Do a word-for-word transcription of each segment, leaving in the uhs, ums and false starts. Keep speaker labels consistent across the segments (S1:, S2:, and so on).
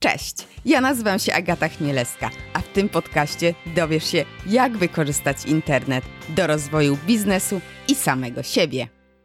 S1: Cześć, ja nazywam się Agata Chmielewska, a w tym podcaście dowiesz się, jak wykorzystać internet do rozwoju biznesu i samego siebie.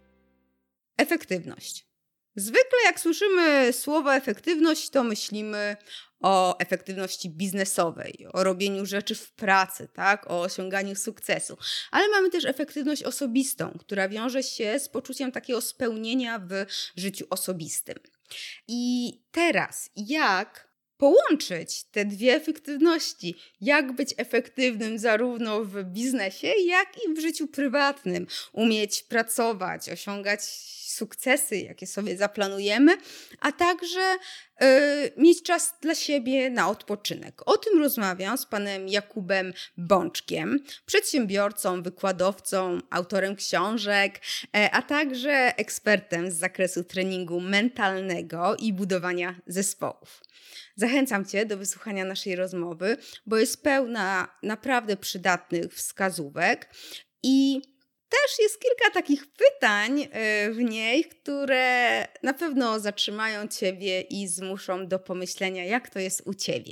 S1: Efektywność. Zwykle jak słyszymy słowo efektywność, to myślimy o efektywności biznesowej, o robieniu rzeczy w pracy, tak? O osiąganiu sukcesu. Ale mamy też efektywność osobistą, która wiąże się z poczuciem takiego spełnienia w życiu osobistym. I teraz jak połączyć te dwie efektywności? Jak być efektywnym zarówno w biznesie, jak i w życiu prywatnym? Umieć pracować, osiągać sukcesy, jakie sobie zaplanujemy, a także yy, mieć czas dla siebie na odpoczynek. O tym rozmawiam z panem Jakubem Bączkiem, przedsiębiorcą, wykładowcą, autorem książek, yy, a także ekspertem z zakresu treningu mentalnego i budowania zespołów. Zachęcam Cię do wysłuchania naszej rozmowy, bo jest pełna naprawdę przydatnych wskazówek i też jest kilka takich pytań w niej, które na pewno zatrzymają Ciebie i zmuszą do pomyślenia, jak to jest u Ciebie.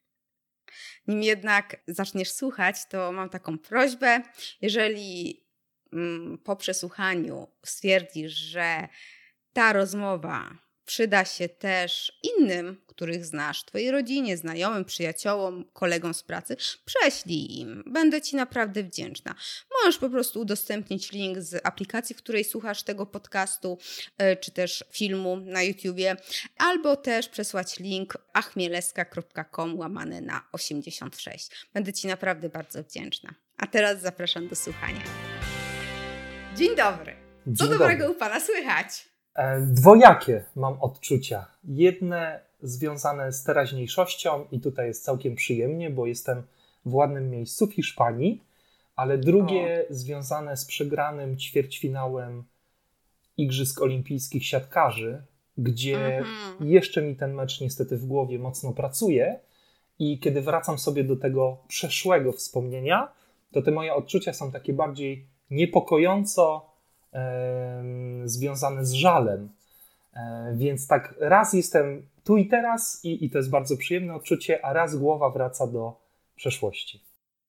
S1: Nim jednak zaczniesz słuchać, to mam taką prośbę. Jeżeli mm, po przesłuchaniu stwierdzisz, że ta rozmowa przyda się też innym, których znasz, Twojej rodzinie, znajomym, przyjaciołom, kolegom z pracy, prześlij im. Będę Ci naprawdę wdzięczna. Możesz po prostu udostępnić link z aplikacji, w której słuchasz tego podcastu, czy też filmu na YouTubie, albo też przesłać link achmielewska kropka com łamane na osiemdziesiąt sześć. Będę Ci naprawdę bardzo wdzięczna. A teraz zapraszam do słuchania. Dzień dobry. Co
S2: Dzień
S1: dobrego
S2: dobry.
S1: u Pana słychać?
S2: Dwojakie mam odczucia. Jedne związane z teraźniejszością i tutaj jest całkiem przyjemnie, bo jestem w ładnym miejscu w Hiszpanii, ale drugie o. związane z przegranym ćwierćfinałem Igrzysk Olimpijskich siatkarzy, gdzie mm-hmm. jeszcze mi ten mecz niestety w głowie mocno pracuje i kiedy wracam sobie do tego przeszłego wspomnienia, to te moje odczucia są takie bardziej niepokojąco związane z żalem. Więc tak raz jestem tu i teraz i, i to jest bardzo przyjemne odczucie, a raz głowa wraca do przeszłości.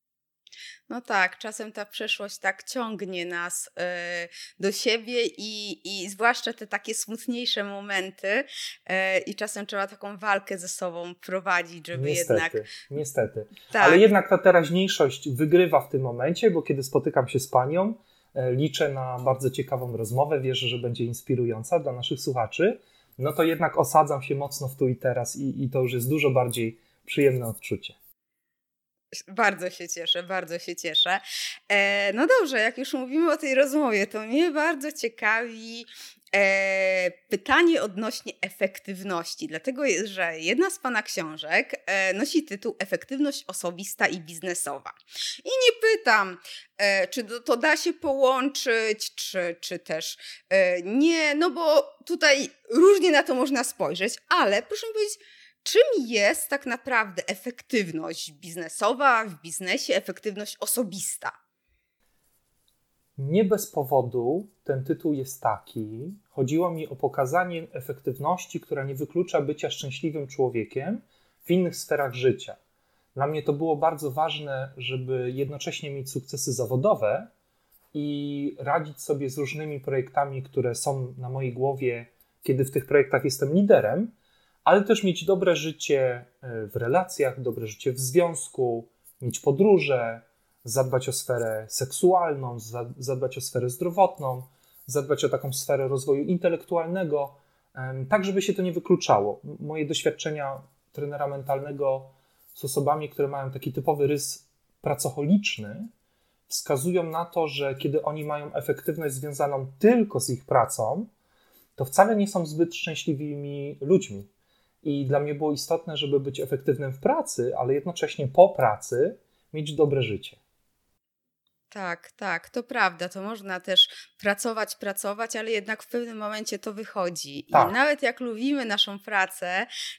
S1: No tak, czasem ta przeszłość tak ciągnie nas yy, do siebie i, i zwłaszcza te takie smutniejsze momenty yy, i czasem trzeba taką walkę ze sobą prowadzić, żeby
S2: niestety,
S1: jednak...
S2: Niestety,
S1: tak.
S2: Ale jednak ta teraźniejszość wygrywa w tym momencie, bo kiedy spotykam się z panią, liczę na bardzo ciekawą rozmowę, wierzę, że będzie inspirująca dla naszych słuchaczy, no to jednak osadzam się mocno w tu i teraz i, i to już jest dużo bardziej przyjemne odczucie.
S1: Bardzo się cieszę, bardzo się cieszę. E, no dobrze, jak już mówimy o tej rozmowie, to mnie bardzo ciekawi e, pytanie odnośnie efektywności, dlatego że jedna z Pana książek e, nosi tytuł Efektywność osobista i biznesowa. I nie pytam, e, czy to, to da się połączyć, czy, czy też e, nie, no bo tutaj różnie na to można spojrzeć, ale proszę mi powiedzieć, czym jest tak naprawdę efektywność biznesowa w biznesie, efektywność osobista?
S2: Nie bez powodu ten tytuł jest taki. Chodziło mi o pokazanie efektywności, która nie wyklucza bycia szczęśliwym człowiekiem w innych sferach życia. Dla mnie to było bardzo ważne, żeby jednocześnie mieć sukcesy zawodowe i radzić sobie z różnymi projektami, które są na mojej głowie, kiedy w tych projektach jestem liderem, ale też mieć dobre życie w relacjach, dobre życie w związku, mieć podróże, zadbać o sferę seksualną, zadbać o sferę zdrowotną, zadbać o taką sferę rozwoju intelektualnego, tak żeby się to nie wykluczało. Moje doświadczenia trenera mentalnego z osobami, które mają taki typowy rys pracocholiczny, wskazują na to, że kiedy oni mają efektywność związaną tylko z ich pracą, to wcale nie są zbyt szczęśliwymi ludźmi. I dla mnie było istotne, żeby być efektywnym w pracy, ale jednocześnie po pracy mieć dobre życie.
S1: Tak, tak, to prawda. To można też pracować, pracować, ale jednak w pewnym momencie to wychodzi.
S2: Tak.
S1: I nawet jak lubimy naszą pracę,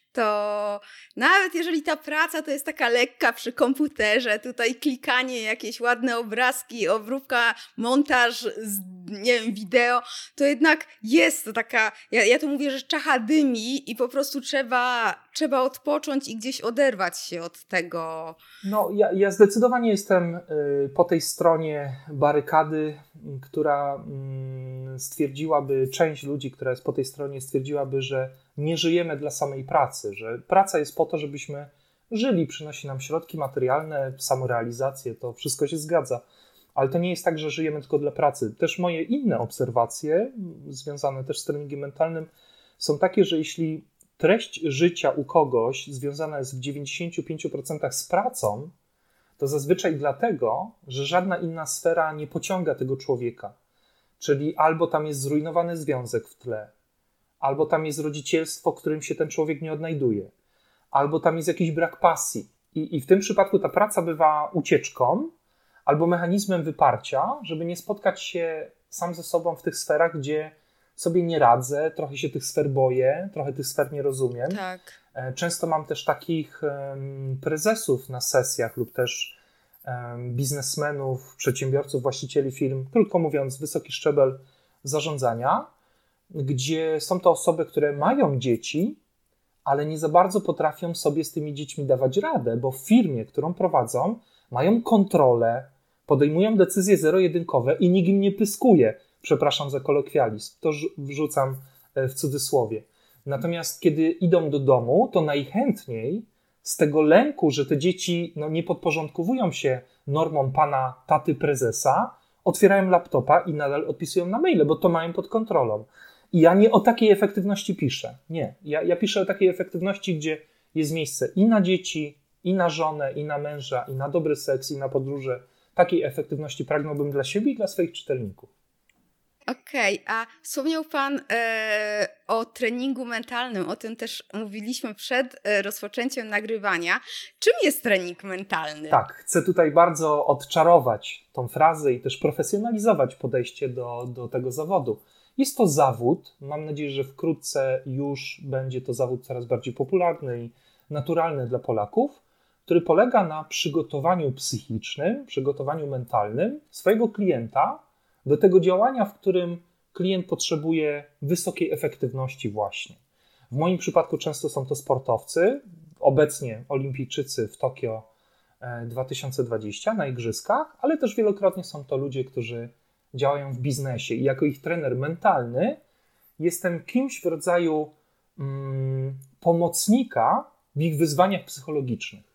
S1: to nawet jeżeli ta praca to jest taka lekka przy komputerze, tutaj klikanie, jakieś ładne obrazki, obróbka, montaż, z, nie wiem, wideo, to jednak jest to taka, ja, ja to mówię, że czacha dymi i po prostu trzeba, trzeba odpocząć i gdzieś oderwać się od tego.
S2: No, ja, ja zdecydowanie jestem y, po tej stronie barykady, która y, stwierdziłaby, część ludzi, która jest po tej stronie, stwierdziłaby, że nie żyjemy dla samej pracy, że praca jest po to, żebyśmy żyli, przynosi nam środki materialne, samorealizację, to wszystko się zgadza. Ale to nie jest tak, że żyjemy tylko dla pracy. Też moje inne obserwacje, związane też z treningiem mentalnym, są takie, że jeśli treść życia u kogoś związana jest w dziewięćdziesiąt pięć procent z pracą, to zazwyczaj dlatego, że żadna inna sfera nie pociąga tego człowieka. Czyli albo tam jest zrujnowany związek w tle, albo tam jest rodzicielstwo, w którym się ten człowiek nie odnajduje, albo tam jest jakiś brak pasji. I, i w tym przypadku ta praca bywa ucieczką albo mechanizmem wyparcia, żeby nie spotkać się sam ze sobą w tych sferach, gdzie sobie nie radzę, trochę się tych sfer boję, trochę tych sfer nie rozumiem.
S1: Tak.
S2: Często mam też takich um, prezesów na sesjach lub też um, biznesmenów, przedsiębiorców, właścicieli firm, krótko mówiąc, wysoki szczebel zarządzania, gdzie są to osoby, które mają dzieci, ale nie za bardzo potrafią sobie z tymi dziećmi dawać radę, bo w firmie, którą prowadzą, mają kontrolę, podejmują decyzje zero-jedynkowe i nikt im nie pyskuje. Przepraszam za kolokwializm, to wrzucam w cudzysłowie. Natomiast kiedy idą do domu, to najchętniej z tego lęku, że te dzieci no, nie podporządkowują się normom pana taty prezesa, otwierają laptopa i nadal odpisują na maile, bo to mają pod kontrolą. I ja nie o takiej efektywności piszę. Nie. Ja, ja piszę o takiej efektywności, gdzie jest miejsce i na dzieci, i na żonę, i na męża, i na dobry seks, i na podróże. Takiej efektywności pragnąłbym dla siebie i dla swoich czytelników.
S1: Okej, okay, a wspomniał Pan e, o treningu mentalnym, o tym też mówiliśmy przed e, rozpoczęciem nagrywania. Czym jest trening mentalny?
S2: Tak, chcę tutaj bardzo odczarować tą frazę i też profesjonalizować podejście do, do tego zawodu. Jest to zawód, mam nadzieję, że wkrótce już będzie to zawód coraz bardziej popularny i naturalny dla Polaków, który polega na przygotowaniu psychicznym, przygotowaniu mentalnym swojego klienta do tego działania, w którym klient potrzebuje wysokiej efektywności właśnie. W moim przypadku często są to sportowcy, obecnie olimpijczycy w Tokio dwa tysiące dwudziestym na igrzyskach, ale też wielokrotnie są to ludzie, którzy działają w biznesie i jako ich trener mentalny jestem kimś w rodzaju mm, pomocnika w ich wyzwaniach psychologicznych.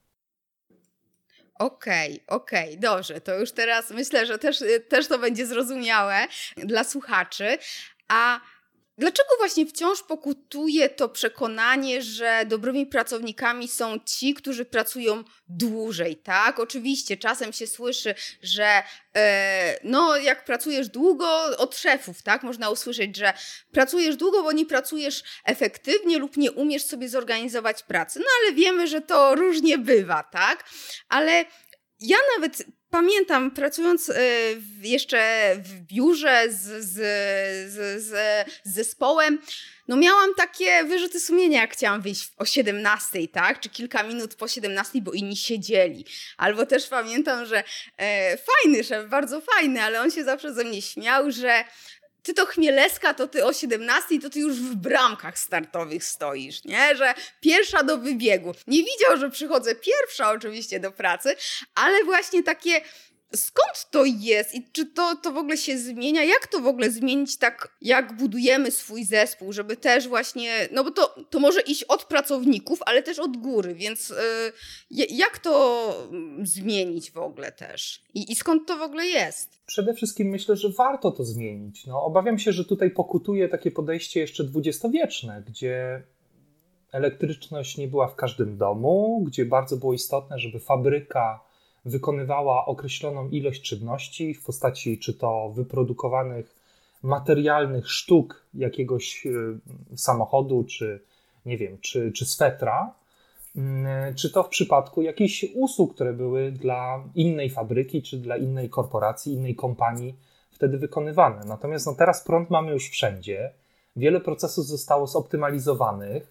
S1: Okej, okay, okej, okay, dobrze, to już teraz myślę, że też, też to będzie zrozumiałe dla słuchaczy. A dlaczego właśnie wciąż pokutuje to przekonanie, że dobrymi pracownikami są ci, którzy pracują dłużej, tak? Oczywiście czasem się słyszy, że e, no jak pracujesz długo, od szefów, tak? Można usłyszeć, że pracujesz długo, bo nie pracujesz efektywnie lub nie umiesz sobie zorganizować pracy. No ale wiemy, że to różnie bywa, tak? Ale ja nawet pamiętam, pracując jeszcze w biurze z, z, z, z, z zespołem, no miałam takie wyrzuty sumienia, jak chciałam wyjść o siedemnastej, tak? Czy kilka minut po siedemnastej, bo inni siedzieli. Albo też pamiętam, że e, fajny szef, bardzo fajny, ale on się zawsze ze mnie śmiał, że ty to Chmielewska, to ty o siedemnastej, to ty już w bramkach startowych stoisz, nie? Że pierwsza do wybiegu. Nie widział, że przychodzę pierwsza oczywiście do pracy, ale właśnie takie, skąd to jest i czy to, to w ogóle się zmienia? Jak to w ogóle zmienić tak, jak budujemy swój zespół, żeby też właśnie, no bo to, to może iść od pracowników, ale też od góry, więc yy, jak to zmienić w ogóle też? I, i skąd to w ogóle jest?
S2: Przede wszystkim myślę, że warto to zmienić. No, obawiam się, że tutaj pokutuje takie podejście jeszcze dwudziestowieczne, gdzie elektryczność nie była w każdym domu, gdzie bardzo było istotne, żeby fabryka wykonywała określoną ilość czynności w postaci czy to wyprodukowanych materialnych sztuk jakiegoś samochodu, czy nie wiem, czy, czy swetra, czy to w przypadku jakichś usług, które były dla innej fabryki, czy dla innej korporacji, innej kompanii wtedy wykonywane. Natomiast no teraz prąd mamy już wszędzie, wiele procesów zostało zoptymalizowanych,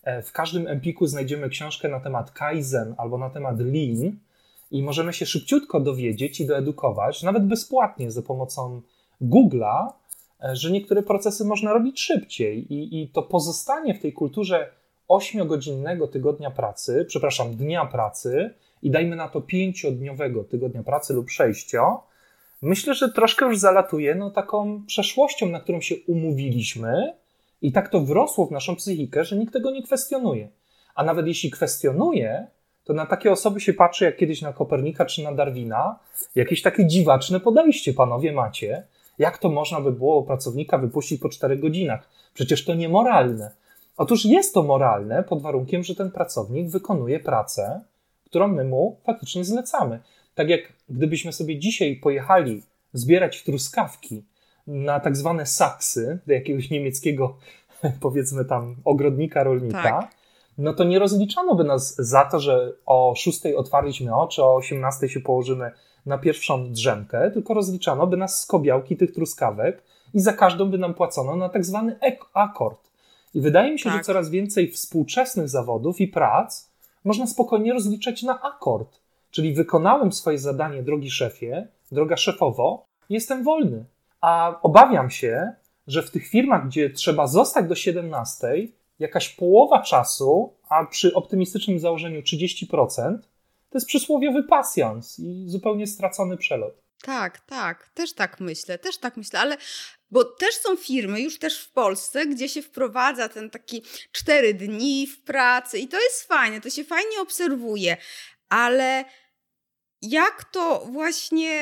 S2: W każdym Empiku znajdziemy książkę na temat Kaizen albo na temat Lean i możemy się szybciutko dowiedzieć i doedukować, nawet bezpłatnie za pomocą Google'a, że niektóre procesy można robić szybciej i, i to pozostanie w tej kulturze ośmiogodzinnego tygodnia pracy, przepraszam, dnia pracy i dajmy na to pięciodniowego tygodnia pracy lub sześcio, myślę, że troszkę już zalatuje no, taką przeszłością, na którą się umówiliśmy i tak to wrosło w naszą psychikę, że nikt tego nie kwestionuje. A nawet jeśli kwestionuje, to na takie osoby się patrzy jak kiedyś na Kopernika czy na Darwina. Jakieś takie dziwaczne podejście, panowie, macie. Jak to można by było pracownika wypuścić po czterech godzinach? Przecież to niemoralne. Otóż jest to moralne pod warunkiem, że ten pracownik wykonuje pracę, którą my mu faktycznie zlecamy. Tak jak gdybyśmy sobie dzisiaj pojechali zbierać truskawki na tak zwane saksy do jakiegoś niemieckiego, powiedzmy tam, ogrodnika, rolnika, tak. No to nie rozliczano by nas za to, że o szóstej otwarliśmy oczy, o osiemnastej się położymy na pierwszą drzemkę, tylko rozliczano by nas z kobiałki tych truskawek i za każdą by nam płacono na tak zwany akord. I wydaje mi się, tak. że coraz więcej współczesnych zawodów i prac można spokojnie rozliczać na akord. Czyli wykonałem swoje zadanie, drogi szefie, droga szefowo, jestem wolny. A obawiam się, że w tych firmach, gdzie trzeba zostać do siedemnastej, jakaś połowa czasu, a przy optymistycznym założeniu trzydzieści procent, to jest przysłowiowy pasjans i zupełnie stracony przelot.
S1: Tak, tak, też tak myślę, też tak myślę, ale bo też są firmy, już też w Polsce, gdzie się wprowadza ten taki cztery dni w pracy i to jest fajne, to się fajnie obserwuje, ale jak to właśnie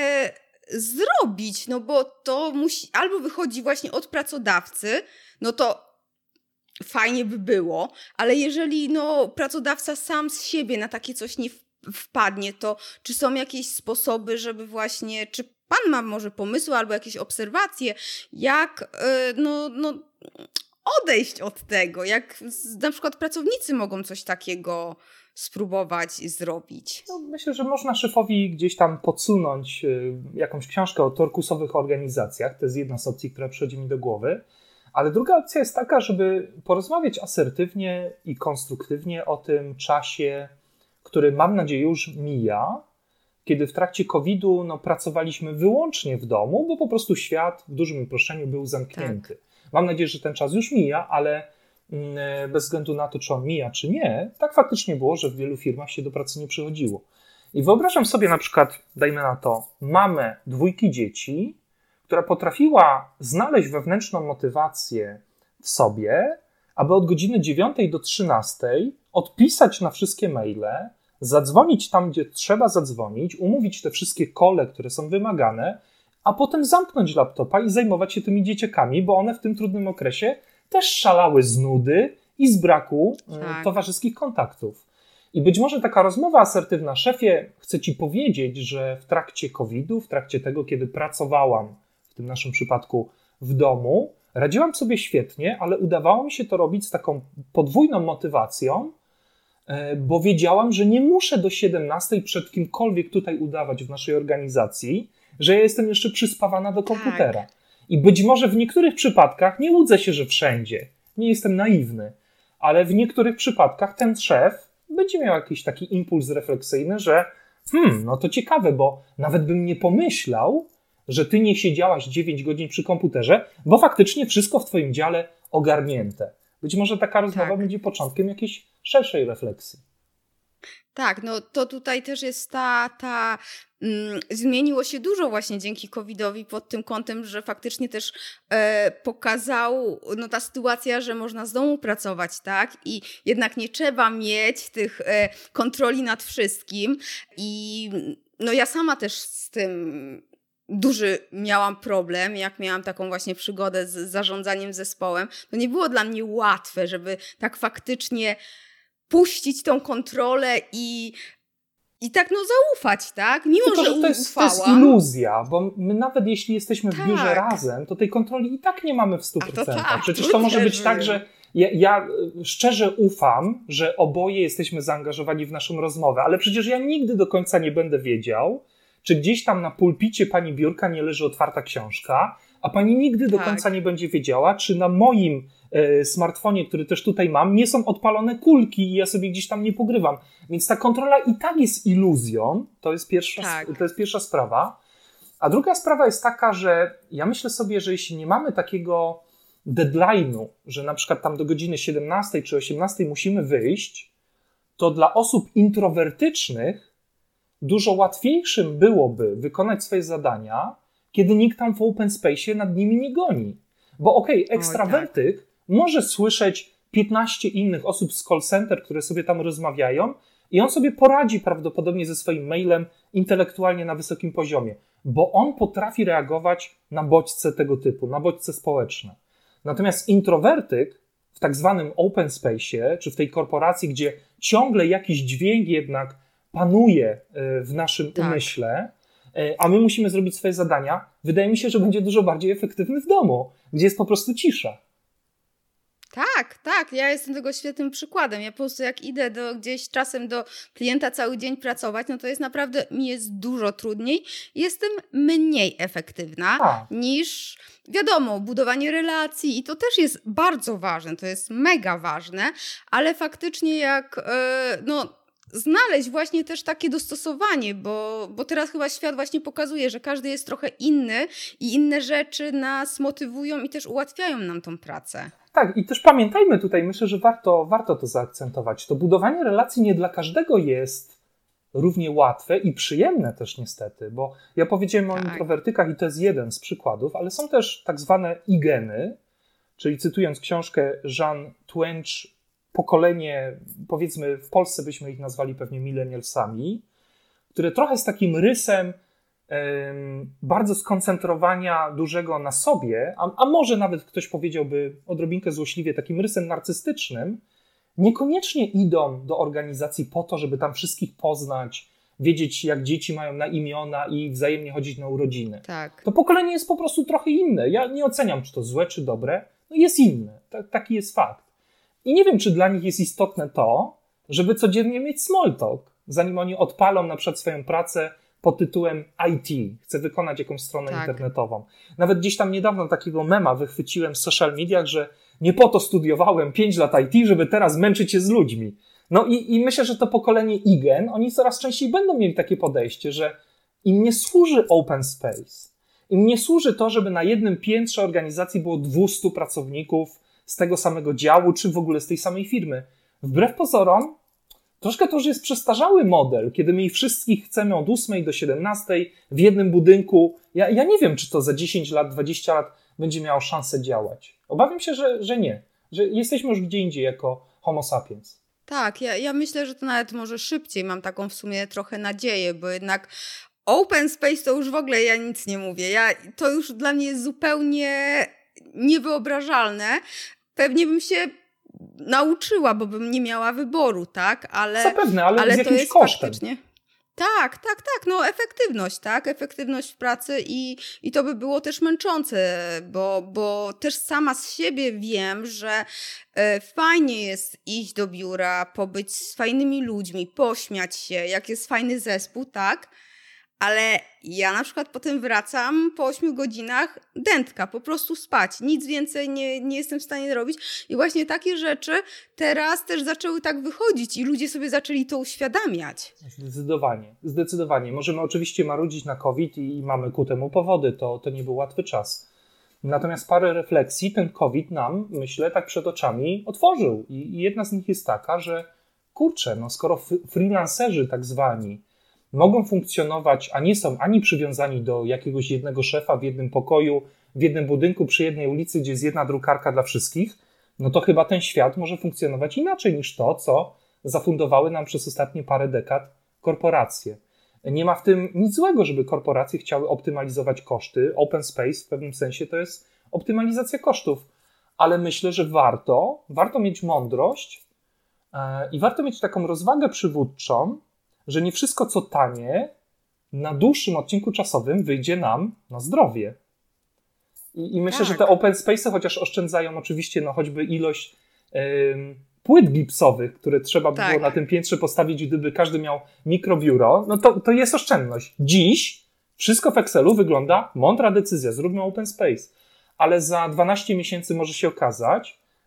S1: zrobić? No bo to musi, albo wychodzi właśnie od pracodawcy, no to fajnie by było, ale jeżeli no, pracodawca sam z siebie na takie coś nie wpadnie, to czy są jakieś sposoby, żeby właśnie, czy pan ma może pomysły albo jakieś obserwacje, jak yy, no, no, odejść od tego, jak na przykład pracownicy mogą coś takiego spróbować zrobić?
S2: No, myślę, że można szefowi gdzieś tam podsunąć yy, jakąś książkę o turkusowych organizacjach, to jest jedna z opcji, która przychodzi mi do głowy. Ale druga opcja jest taka, żeby porozmawiać asertywnie i konstruktywnie o tym czasie, który mam nadzieję już mija, kiedy w trakcie kowida no, pracowaliśmy wyłącznie w domu, bo po prostu świat w dużym uproszczeniu był zamknięty. Tak. Mam nadzieję, że ten czas już mija, ale bez względu na to, czy on mija, czy nie, tak faktycznie było, że w wielu firmach się do pracy nie przychodziło. I wyobrażam sobie na przykład, dajmy na to, mamę dwójki dzieci, która potrafiła znaleźć wewnętrzną motywację w sobie, aby od godziny dziewiątej do trzynastej odpisać na wszystkie maile, zadzwonić tam, gdzie trzeba zadzwonić, umówić te wszystkie kole, które są wymagane, a potem zamknąć laptopa i zajmować się tymi dzieciakami, bo one w tym trudnym okresie też szalały z nudy i z braku tak. towarzyskich kontaktów. I być może taka rozmowa asertywna, szefie, chcę ci powiedzieć, że w trakcie kowida, w trakcie tego, kiedy pracowałam, w tym naszym przypadku w domu, radziłam sobie świetnie, ale udawało mi się to robić z taką podwójną motywacją, bo wiedziałam, że nie muszę do siedemnastej przed kimkolwiek tutaj udawać w naszej organizacji, że ja jestem jeszcze przyspawana do komputera. Tak. I być może w niektórych przypadkach, nie łudzę się, że wszędzie, nie jestem naiwny, ale w niektórych przypadkach ten szef będzie miał jakiś taki impuls refleksyjny, że hmm, no to ciekawe, bo nawet bym nie pomyślał, że ty nie siedziałaś dziewięć godzin przy komputerze, bo faktycznie wszystko w twoim dziale ogarnięte. Być może taka rozmowa tak. będzie początkiem jakiejś szerszej refleksji.
S1: Tak, no to tutaj też jest ta, ta mm, zmieniło się dużo właśnie dzięki covidowi pod tym kątem, że faktycznie też e, pokazał no ta sytuacja, że można z domu pracować, tak? I jednak nie trzeba mieć tych e, kontroli nad wszystkim i no ja sama też z tym duży miałam problem, jak miałam taką właśnie przygodę z zarządzaniem zespołem, to nie było dla mnie łatwe, żeby tak faktycznie puścić tą kontrolę i, i tak no zaufać, tak? Mimo,
S2: Tylko,
S1: że,
S2: że to jest, to jest iluzja, bo my nawet jeśli jesteśmy w tak. biurze razem, to tej kontroli i tak nie mamy w stu procentach. Tak, Przecież to może być tak, że ja, ja szczerze ufam, że oboje jesteśmy zaangażowani w naszą rozmowę, ale przecież ja nigdy do końca nie będę wiedział, czy gdzieś tam na pulpicie pani biurka nie leży otwarta książka, a pani nigdy do tak. końca nie będzie wiedziała, czy na moim e, smartfonie, który też tutaj mam, nie są odpalone kulki i ja sobie gdzieś tam nie pogrywam. Więc ta kontrola i tak jest iluzją. To jest pierwsza,
S1: tak.
S2: to jest pierwsza sprawa. A druga sprawa jest taka, że ja myślę sobie, że jeśli nie mamy takiego deadline'u, że na przykład tam do godziny siedemnastej czy osiemnastej musimy wyjść, to dla osób introwertycznych dużo łatwiejszym byłoby wykonać swoje zadania, kiedy nikt tam w open space nad nimi nie goni. Bo okej, okay, ekstrawertyk tak. może słyszeć piętnaście innych osób z call center, które sobie tam rozmawiają i on sobie poradzi prawdopodobnie ze swoim mailem intelektualnie na wysokim poziomie, bo on potrafi reagować na bodźce tego typu, na bodźce społeczne. Natomiast introwertyk w tak zwanym open space, czy w tej korporacji, gdzie ciągle jakiś dźwięk jednak panuje w naszym tak. umyśle, a my musimy zrobić swoje zadania, wydaje mi się, że będzie dużo bardziej efektywny w domu, gdzie jest po prostu cisza.
S1: Tak, tak, ja jestem tego świetnym przykładem. Ja po prostu jak idę do, gdzieś czasem do klienta cały dzień pracować, no to jest naprawdę, mi jest dużo trudniej. Jestem mniej efektywna A. niż, wiadomo, budowanie relacji i to też jest bardzo ważne, to jest mega ważne, ale faktycznie jak, yy, no... znaleźć właśnie też takie dostosowanie, bo, bo teraz chyba świat właśnie pokazuje, że każdy jest trochę inny i inne rzeczy nas motywują i też ułatwiają nam tą pracę.
S2: Tak, i też pamiętajmy tutaj, myślę, że warto, warto to zaakcentować. To budowanie relacji nie dla każdego jest równie łatwe i przyjemne też niestety, bo ja powiedziałem tak. o introwertykach i to jest jeden z przykładów, ale są też tak zwane igeny, czyli cytując książkę Jean Twenge, pokolenie, powiedzmy w Polsce byśmy ich nazwali pewnie millennialsami, które trochę z takim rysem um, bardzo skoncentrowania dużego na sobie, a, a może nawet ktoś powiedziałby odrobinkę złośliwie, takim rysem narcystycznym, niekoniecznie idą do organizacji po to, żeby tam wszystkich poznać, wiedzieć jak dzieci mają na imiona i wzajemnie chodzić na urodziny.
S1: Tak.
S2: To pokolenie jest po prostu trochę inne. Ja nie oceniam, czy to złe, czy dobre. No jest inne. T- taki jest fakt. I nie wiem, czy dla nich jest istotne to, żeby codziennie mieć small talk, zanim oni odpalą na przykład swoją pracę pod tytułem I T. Chcę wykonać jakąś stronę tak. internetową. Nawet gdzieś tam niedawno takiego mema wychwyciłem w social mediach, że nie po to studiowałem pięć lat I T, żeby teraz męczyć się z ludźmi. No i, i myślę, że to pokolenie Igen, oni coraz częściej będą mieli takie podejście, że im nie służy open space. Im nie służy to, żeby na jednym piętrze organizacji było dwieście pracowników z tego samego działu, czy w ogóle z tej samej firmy. Wbrew pozorom, troszkę to już jest przestarzały model, kiedy my ich wszystkich chcemy od ósmej do siedemnastej w jednym budynku. Ja, ja nie wiem, czy to za dziesięć lat, dwadzieścia lat będzie miało szansę działać. Obawiam się, że, że nie. Że jesteśmy już gdzie indziej jako homo sapiens.
S1: Tak, ja, ja myślę, że to nawet może szybciej. Mam taką w sumie trochę nadzieję, bo jednak open space to już w ogóle ja nic nie mówię. Ja, to już dla mnie jest zupełnie niewyobrażalne. Pewnie bym się nauczyła, bo bym nie miała wyboru, tak? Ale,
S2: Zapewne, ale, ale z jakimś
S1: to jest
S2: kosztem.
S1: Faktycznie... Tak, tak, tak, no efektywność, tak, efektywność w pracy i, i to by było też męczące, bo, bo też sama z siebie wiem, że e, fajnie jest iść do biura, pobyć z fajnymi ludźmi, pośmiać się, jak jest fajny zespół, tak, ale ja na przykład potem wracam po ośmiu godzinach dętka, po prostu spać. Nic więcej nie, nie jestem w stanie zrobić. I właśnie takie rzeczy teraz też zaczęły tak wychodzić i ludzie sobie zaczęli to uświadamiać.
S2: Zdecydowanie, zdecydowanie. Możemy oczywiście marudzić na COVID i mamy ku temu powody. To, to nie był łatwy czas. Natomiast parę refleksji ten COVID nam, myślę, tak przed oczami otworzył. I jedna z nich jest taka, że kurczę, no skoro freelancerzy tak zwani mogą funkcjonować, a nie są ani przywiązani do jakiegoś jednego szefa w jednym pokoju, w jednym budynku, przy jednej ulicy, gdzie jest jedna drukarka dla wszystkich, no to chyba ten świat może funkcjonować inaczej niż to, co zafundowały nam przez ostatnie parę dekad korporacje. Nie ma w tym nic złego, żeby korporacje chciały optymalizować koszty. Open space w pewnym sensie to jest optymalizacja kosztów, ale myślę, że warto, warto mieć mądrość yy, i warto mieć taką rozwagę przywódczą, że nie wszystko, co tanie, na dłuższym odcinku czasowym wyjdzie nam na zdrowie. I, i myślę, tak. że te open space'y, chociaż oszczędzają oczywiście no, choćby ilość yy, płyt gipsowych, które trzeba by tak. było na tym piętrze postawić, gdyby każdy miał mikrobiuro, no to, to jest oszczędność. Dziś wszystko w Excelu wygląda, mądra decyzja, zróbmy open space. Ale za dwanaście miesięcy może się okazać,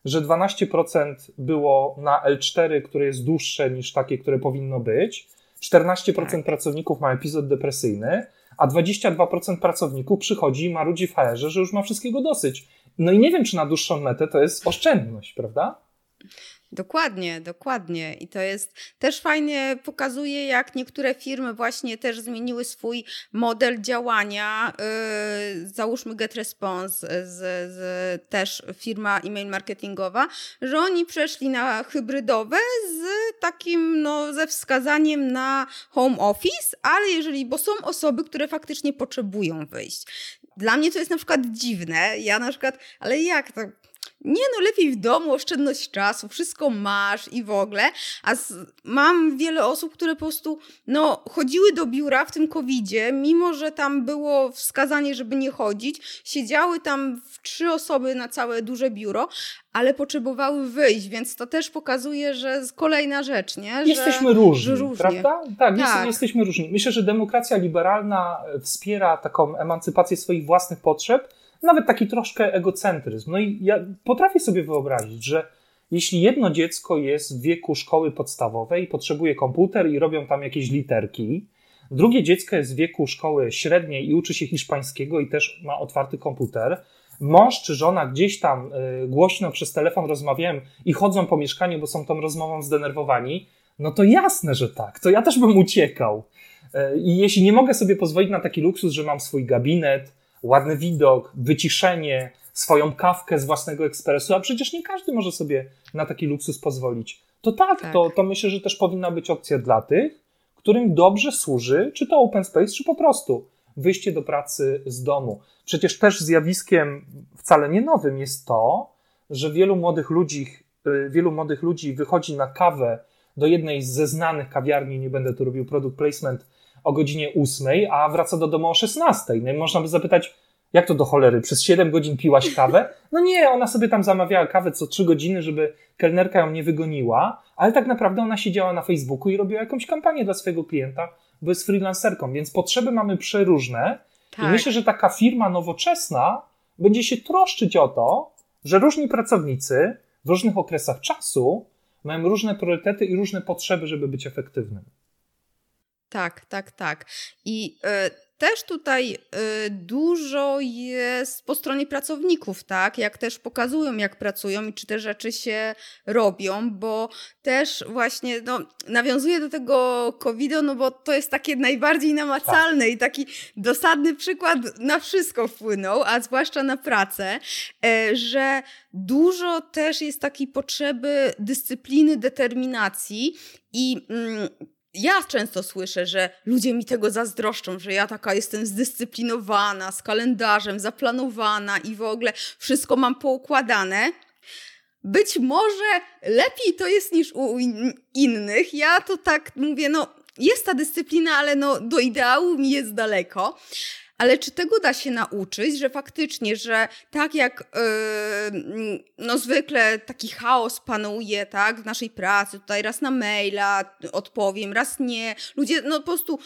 S2: że dwanaście procent było na L cztery, które jest dłuższe niż takie, które powinno być, czternaście procent tak. pracowników ma epizod depresyjny, a dwadzieścia dwa procent pracowników przychodzi i marudzi w H R-ze, że już ma wszystkiego dosyć. No i nie wiem, czy na dłuższą metę to jest oszczędność, prawda?
S1: Dokładnie, dokładnie. I to jest też fajnie pokazuje, jak niektóre firmy właśnie też zmieniły swój model działania. Yy, załóżmy GetResponse, z, z, też firma e-mail marketingowa, że oni przeszli na hybrydowe z takim, no, ze wskazaniem na home office, ale jeżeli, bo są osoby, które faktycznie potrzebują wyjść. Dla mnie to jest na przykład dziwne. Ja na przykład, ale jak to... Nie no, lepiej w domu, oszczędność czasu, wszystko masz i w ogóle, a z, mam wiele osób, które po prostu no, chodziły do biura w tym kowidzie, mimo że tam było wskazanie, żeby nie chodzić, siedziały tam w trzy osoby na całe duże biuro, ale potrzebowały wyjść, więc to też pokazuje, że kolejna rzecz, nie? Że,
S2: jesteśmy różni,
S1: że różnie.
S2: Prawda? Tak,
S1: tak.
S2: Jest, jesteśmy różni. Myślę, że demokracja liberalna wspiera taką emancypację swoich własnych potrzeb, nawet taki troszkę egocentryzm. No i ja potrafię sobie wyobrazić, że jeśli jedno dziecko jest w wieku szkoły podstawowej i potrzebuje komputer i robią tam jakieś literki, drugie dziecko jest w wieku szkoły średniej i uczy się hiszpańskiego i też ma otwarty komputer, mąż czy żona gdzieś tam y, głośno przez telefon rozmawiają i chodzą po mieszkaniu, bo są tą rozmową zdenerwowani, no to jasne, że tak. To ja też bym uciekał. Y, I jeśli nie mogę sobie pozwolić na taki luksus, że mam swój gabinet, ładny widok, wyciszenie, swoją kawkę z własnego ekspresu, a przecież nie każdy może sobie na taki luksus pozwolić. To tak, tak. To, to myślę, że też powinna być opcja dla tych, którym dobrze służy, czy to open space, czy po prostu wyjście do pracy z domu. Przecież też zjawiskiem wcale nie nowym jest to, że wielu młodych ludzi, wielu młodych ludzi wychodzi na kawę do jednej ze znanych kawiarni, nie będę tu robił product placement, o godzinie ósmej, a wraca do domu o szesnastej. No i można by zapytać, jak to do cholery, przez siedem godzin piłaś kawę? No nie, ona sobie tam zamawiała kawę co trzy godziny, żeby kelnerka ją nie wygoniła, ale tak naprawdę ona siedziała na Facebooku i robiła jakąś kampanię dla swojego klienta, bo jest freelancerką, więc potrzeby mamy przeróżne. Tak. I myślę, że taka firma nowoczesna będzie się troszczyć o to, że różni pracownicy w różnych okresach czasu mają różne priorytety i różne potrzeby, żeby być efektywnym.
S1: Tak, tak, tak. I y, też tutaj y, dużo jest po stronie pracowników, tak? Jak też pokazują, jak pracują i czy te rzeczy się robią, bo też właśnie no, nawiązuję do tego kowida, no bo to jest takie najbardziej namacalne tak. i taki dosadny przykład na wszystko wpłynął, a zwłaszcza na pracę, y, że dużo też jest takiej potrzeby dyscypliny, determinacji i mm, ja często słyszę, że ludzie mi tego zazdroszczą, że ja taka jestem zdyscyplinowana, z kalendarzem, zaplanowana i w ogóle wszystko mam poukładane. Być może lepiej to jest niż u innych. Ja to tak mówię, no jest ta dyscyplina, ale no do ideału mi jest daleko. Ale czy tego da się nauczyć, że faktycznie, że tak jak yy, no zwykle taki chaos panuje, tak, w naszej pracy, tutaj raz na maila odpowiem, raz nie, ludzie no po prostu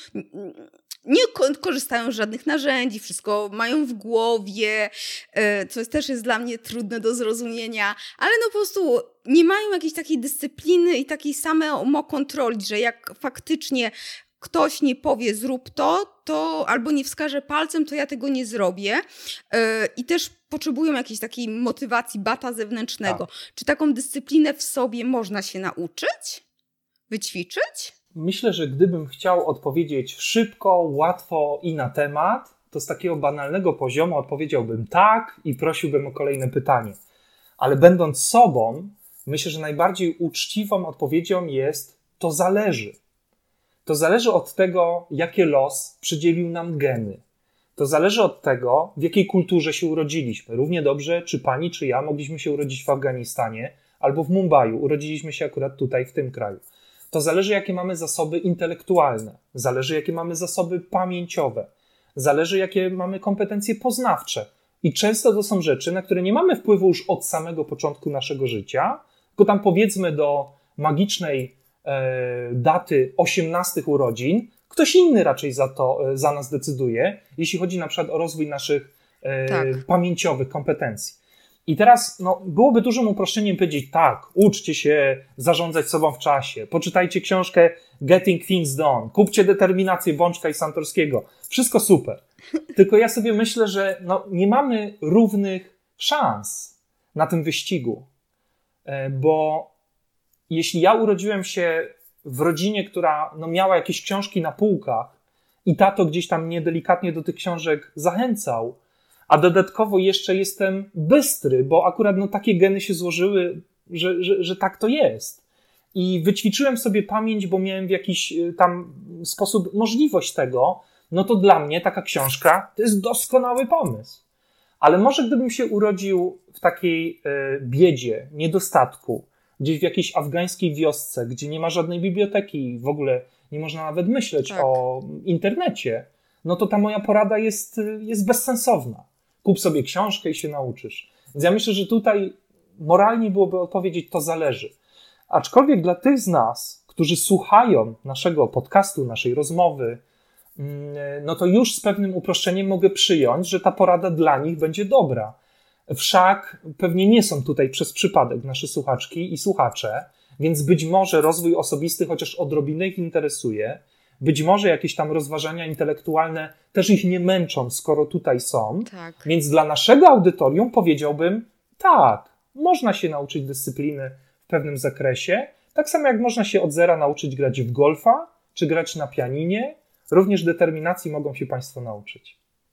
S1: nie korzystają z żadnych narzędzi, wszystko mają w głowie, yy, co jest, też jest dla mnie trudne do zrozumienia, ale no po prostu nie mają jakiejś takiej dyscypliny i takiej samokontroli, że jak faktycznie ktoś nie powie zrób to, to albo nie wskaże palcem, to ja tego nie zrobię. Yy, I też potrzebują jakiejś takiej motywacji, bata zewnętrznego. Tak. Czy taką dyscyplinę w sobie można się nauczyć? Wyćwiczyć?
S2: Myślę, że gdybym chciał odpowiedzieć szybko, łatwo i na temat, to z takiego banalnego poziomu odpowiedziałbym tak i prosiłbym o kolejne pytanie. Ale będąc sobą, myślę, że najbardziej uczciwą odpowiedzią jest to zależy. To zależy od tego, jakie los przydzielił nam geny. To zależy od tego, w jakiej kulturze się urodziliśmy. Równie dobrze, czy pani, czy ja mogliśmy się urodzić w Afganistanie albo w Mumbaiu. Urodziliśmy się akurat tutaj, w tym kraju. To zależy, jakie mamy zasoby intelektualne. Zależy, jakie mamy zasoby pamięciowe. Zależy, jakie mamy kompetencje poznawcze. I często to są rzeczy, na które nie mamy wpływu już od samego początku naszego życia, tylko tam powiedzmy do magicznej daty osiemnastych urodzin, ktoś inny raczej za to, za nas decyduje, jeśli chodzi na przykład o rozwój naszych tak. pamięciowych kompetencji. I teraz no, byłoby dużym uproszczeniem powiedzieć tak, uczcie się zarządzać sobą w czasie, poczytajcie książkę Getting Things Done, kupcie Determinację Bączka i Santorskiego. Wszystko super. Tylko ja sobie myślę, że no, nie mamy równych szans na tym wyścigu. Bo jeśli ja urodziłem się w rodzinie, która no, miała jakieś książki na półkach i tato gdzieś tam mnie delikatnie do tych książek zachęcał, a dodatkowo jeszcze jestem bystry, bo akurat no, takie geny się złożyły, że, że, że tak to jest. I wyćwiczyłem sobie pamięć, bo miałem w jakiś tam sposób możliwość tego, no to dla mnie taka książka to jest doskonały pomysł. Ale może gdybym się urodził w takiej y, biedzie, niedostatku, gdzieś w jakiejś afgańskiej wiosce, gdzie nie ma żadnej biblioteki, w ogóle nie można nawet myśleć tak. o internecie, no to ta moja porada jest, jest bezsensowna. Kup sobie książkę i się nauczysz. Więc ja myślę, że tutaj moralnie byłoby odpowiedzieć, to zależy. Aczkolwiek dla tych z nas, którzy słuchają naszego podcastu, naszej rozmowy, no to już z pewnym uproszczeniem mogę przyjąć, że ta porada dla nich będzie dobra. Wszak pewnie nie są tutaj przez przypadek nasze słuchaczki i słuchacze, więc być może rozwój osobisty chociaż odrobinę ich interesuje, być może jakieś tam rozważania intelektualne też ich nie męczą, skoro tutaj są.
S1: Tak.
S2: Więc dla naszego audytorium powiedziałbym, tak, można się nauczyć dyscypliny w pewnym zakresie, tak samo jak można się od zera nauczyć grać w golfa, czy grać na pianinie, również determinacji mogą się Państwo nauczyć.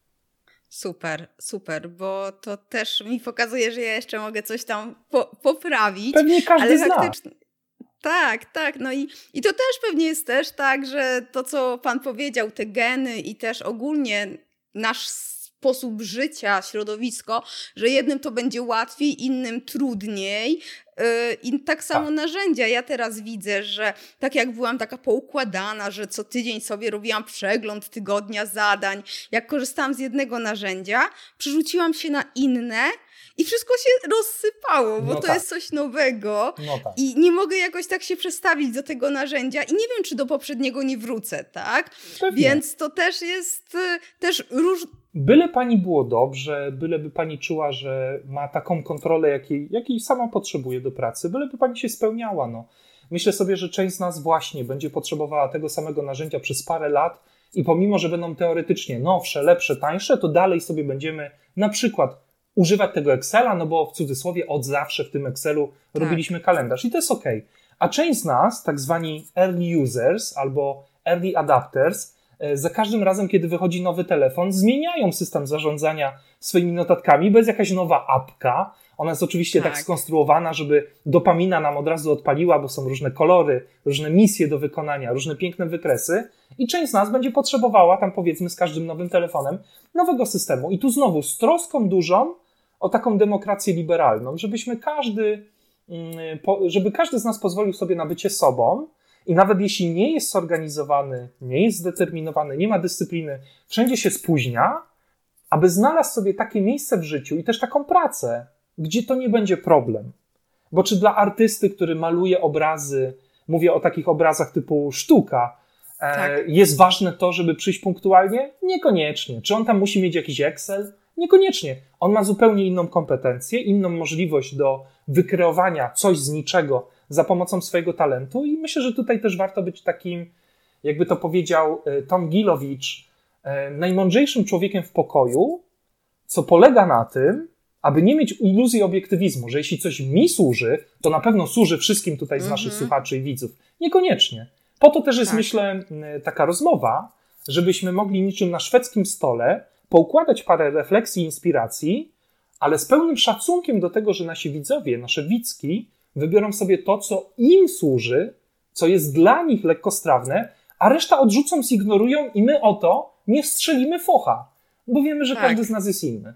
S1: Super, super, bo to też mi pokazuje, że ja jeszcze mogę coś tam po- poprawić.
S2: Pewnie każdy
S1: ale
S2: zna.
S1: faktycznie... Tak, tak. No i, i to też pewnie jest też tak, że to, co Pan powiedział, te geny i też ogólnie nasz sposób życia, środowisko, że jednym to będzie łatwiej, innym trudniej. I tak samo
S2: tak.
S1: narzędzia. Ja teraz widzę, że tak jak byłam taka poukładana, że co tydzień sobie robiłam przegląd tygodnia zadań, jak korzystałam z jednego narzędzia, przerzuciłam się na inne i wszystko się rozsypało, bo
S2: no
S1: to
S2: tak.
S1: jest coś nowego
S2: no tak.
S1: i nie mogę jakoś tak się przestawić do tego narzędzia i nie wiem, czy do poprzedniego nie wrócę, tak?
S2: Pewnie.
S1: Więc to też jest też róż...
S2: Byle pani było dobrze, byleby pani czuła, że ma taką kontrolę, jakiej, jakiej sama potrzebuje do pracy, byleby pani się spełniała. No. Myślę sobie, że część z nas właśnie będzie potrzebowała tego samego narzędzia przez parę lat i pomimo, że będą teoretycznie nowsze, lepsze, tańsze, to dalej sobie będziemy na przykład używać tego Excela, no bo w cudzysłowie od zawsze w tym Excelu tak. robiliśmy kalendarz i to jest okej. Okay. A część z nas, tak zwani early users albo early adapters, za każdym razem, kiedy wychodzi nowy telefon, zmieniają system zarządzania swoimi notatkami, bez jakaś nowa apka. Ona jest oczywiście tak. tak skonstruowana, żeby dopamina nam od razu odpaliła, bo są różne kolory, różne misje do wykonania, różne piękne wykresy i część z nas będzie potrzebowała tam powiedzmy z każdym nowym telefonem nowego systemu. I tu znowu z troską dużą o taką demokrację liberalną, żebyśmy każdy, żeby każdy z nas pozwolił sobie na bycie sobą i nawet jeśli nie jest zorganizowany, nie jest zdeterminowany, nie ma dyscypliny, wszędzie się spóźnia, aby znalazł sobie takie miejsce w życiu i też taką pracę, gdzie to nie będzie problem. Bo czy dla artysty, który maluje obrazy, mówię o takich obrazach typu sztuka, tak. e, jest ważne to, żeby przyjść punktualnie? Niekoniecznie. Czy on tam musi mieć jakiś Excel? Niekoniecznie. On ma zupełnie inną kompetencję, inną możliwość do wykreowania coś z niczego za pomocą swojego talentu i myślę, że tutaj też warto być takim, jakby to powiedział Tom Gilowicz, najmądrzejszym człowiekiem w pokoju, co polega na tym, aby nie mieć iluzji obiektywizmu, że jeśli coś mi służy, to na pewno służy wszystkim tutaj z naszych mm-hmm. słuchaczy i widzów. Niekoniecznie. Po to też jest, tak. myślę, taka rozmowa, żebyśmy mogli niczym na szwedzkim stole poukładać parę refleksji i inspiracji, ale z pełnym szacunkiem do tego, że nasi widzowie, nasze widzki wybiorą sobie to, co im służy, co jest dla nich lekkostrawne, a reszta odrzucą, zignorują i my o to nie strzelimy focha, bo wiemy, że tak. każdy z nas jest inny.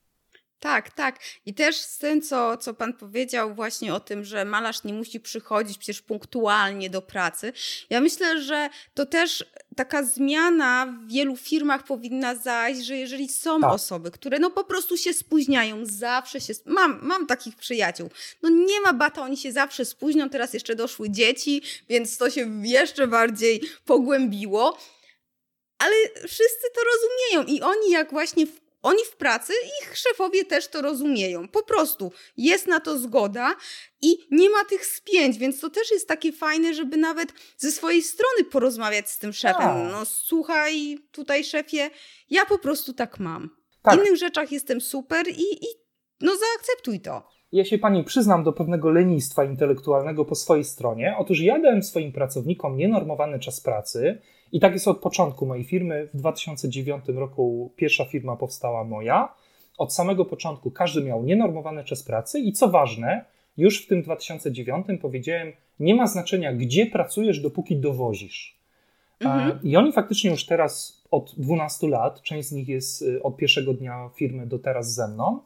S1: Tak, tak. I też z tym, co, co Pan powiedział właśnie o tym, że malarz nie musi przychodzić przecież punktualnie do pracy. Ja myślę, że to też taka zmiana w wielu firmach powinna zajść, że jeżeli są tak. osoby, które no po prostu się spóźniają, zawsze się... Mam, mam takich przyjaciół. No nie ma bata, oni się zawsze spóźnią, teraz jeszcze doszły dzieci, więc to się jeszcze bardziej pogłębiło. Ale wszyscy to rozumieją i oni jak właśnie w oni w pracy, ich szefowie też to rozumieją. Po prostu jest na to zgoda i nie ma tych spięć, więc to też jest takie fajne, żeby nawet ze swojej strony porozmawiać z tym szefem.
S2: Tak.
S1: No słuchaj, tutaj szefie, ja po prostu tak mam.
S2: Tak.
S1: W innych rzeczach jestem super i, i no zaakceptuj to.
S2: Ja się pani przyznam do pewnego lenistwa intelektualnego po swojej stronie. Otóż ja dałem swoim pracownikom nienormowany czas pracy i tak jest od początku mojej firmy. W dwa tysiące dziewiątym roku pierwsza firma powstała moja. Od samego początku każdy miał nienormowany czas pracy i co ważne, już w tym dwa tysiące dziewiątym powiedziałem, nie ma znaczenia, gdzie pracujesz, dopóki dowozisz. Mhm. I oni faktycznie już teraz od dwunastu lat, część z nich jest od pierwszego dnia firmy do teraz ze mną,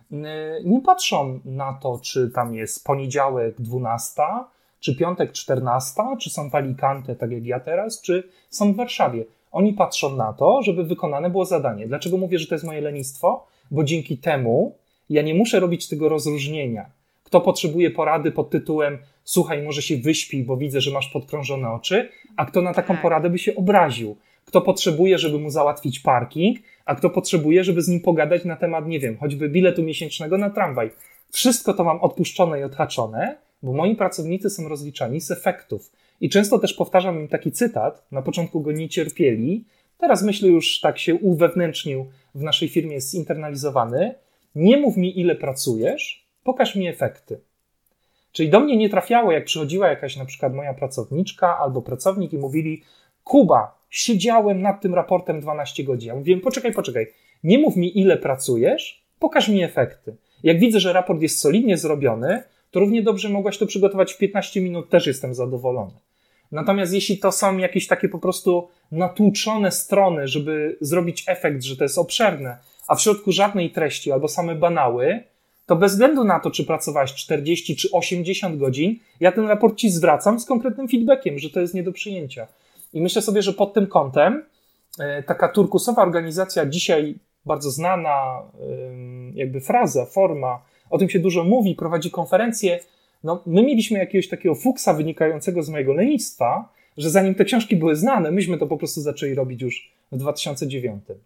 S2: nie patrzą na to, czy tam jest poniedziałek dwunasta, czy piątek czternasta, czy są w Alicante, tak jak ja teraz, czy są w Warszawie. Oni patrzą na to, żeby wykonane było zadanie. Dlaczego mówię, że to jest moje lenistwo? Bo dzięki temu ja nie muszę robić tego rozróżnienia. Kto potrzebuje porady pod tytułem słuchaj, może się wyśpij, bo widzę, że masz podkrążone oczy, a kto na taką poradę by się obraził. Kto potrzebuje, żeby mu załatwić parking, a kto potrzebuje, żeby z nim pogadać na temat, nie wiem, choćby biletu miesięcznego na tramwaj. Wszystko to mam odpuszczone i odhaczone, bo moi pracownicy są rozliczani z efektów. I często też powtarzam im taki cytat, na początku go nie cierpieli, teraz myślę już tak się uwewnętrznił, w naszej firmie jest zinternalizowany, nie mów mi ile pracujesz, pokaż mi efekty. Czyli do mnie nie trafiało, jak przychodziła jakaś na przykład moja pracowniczka albo pracownik i mówili Kuba, siedziałem nad tym raportem dwanaście godzin. Ja mówiłem, poczekaj, poczekaj, nie mów mi ile pracujesz, pokaż mi efekty. Jak widzę, że raport jest solidnie zrobiony, to równie dobrze mogłaś to przygotować w piętnaście minut, też jestem zadowolony. Natomiast jeśli to są jakieś takie po prostu natłuczone strony, żeby zrobić efekt, że to jest obszerne, a w środku żadnej treści albo same banały, to bez względu na to, czy pracowałeś czterdzieści czy osiemdziesiąt godzin, ja ten raport ci zwracam z konkretnym feedbackiem, że to jest nie do przyjęcia. I myślę sobie, że pod tym kątem taka turkusowa organizacja, dzisiaj bardzo znana jakby fraza, forma, o tym się dużo mówi, prowadzi konferencje. No, my mieliśmy jakiegoś takiego fuksa wynikającego z mojego lenistwa, że zanim te książki były znane, myśmy to po prostu zaczęli robić już w dwa tysiące dziewiątym.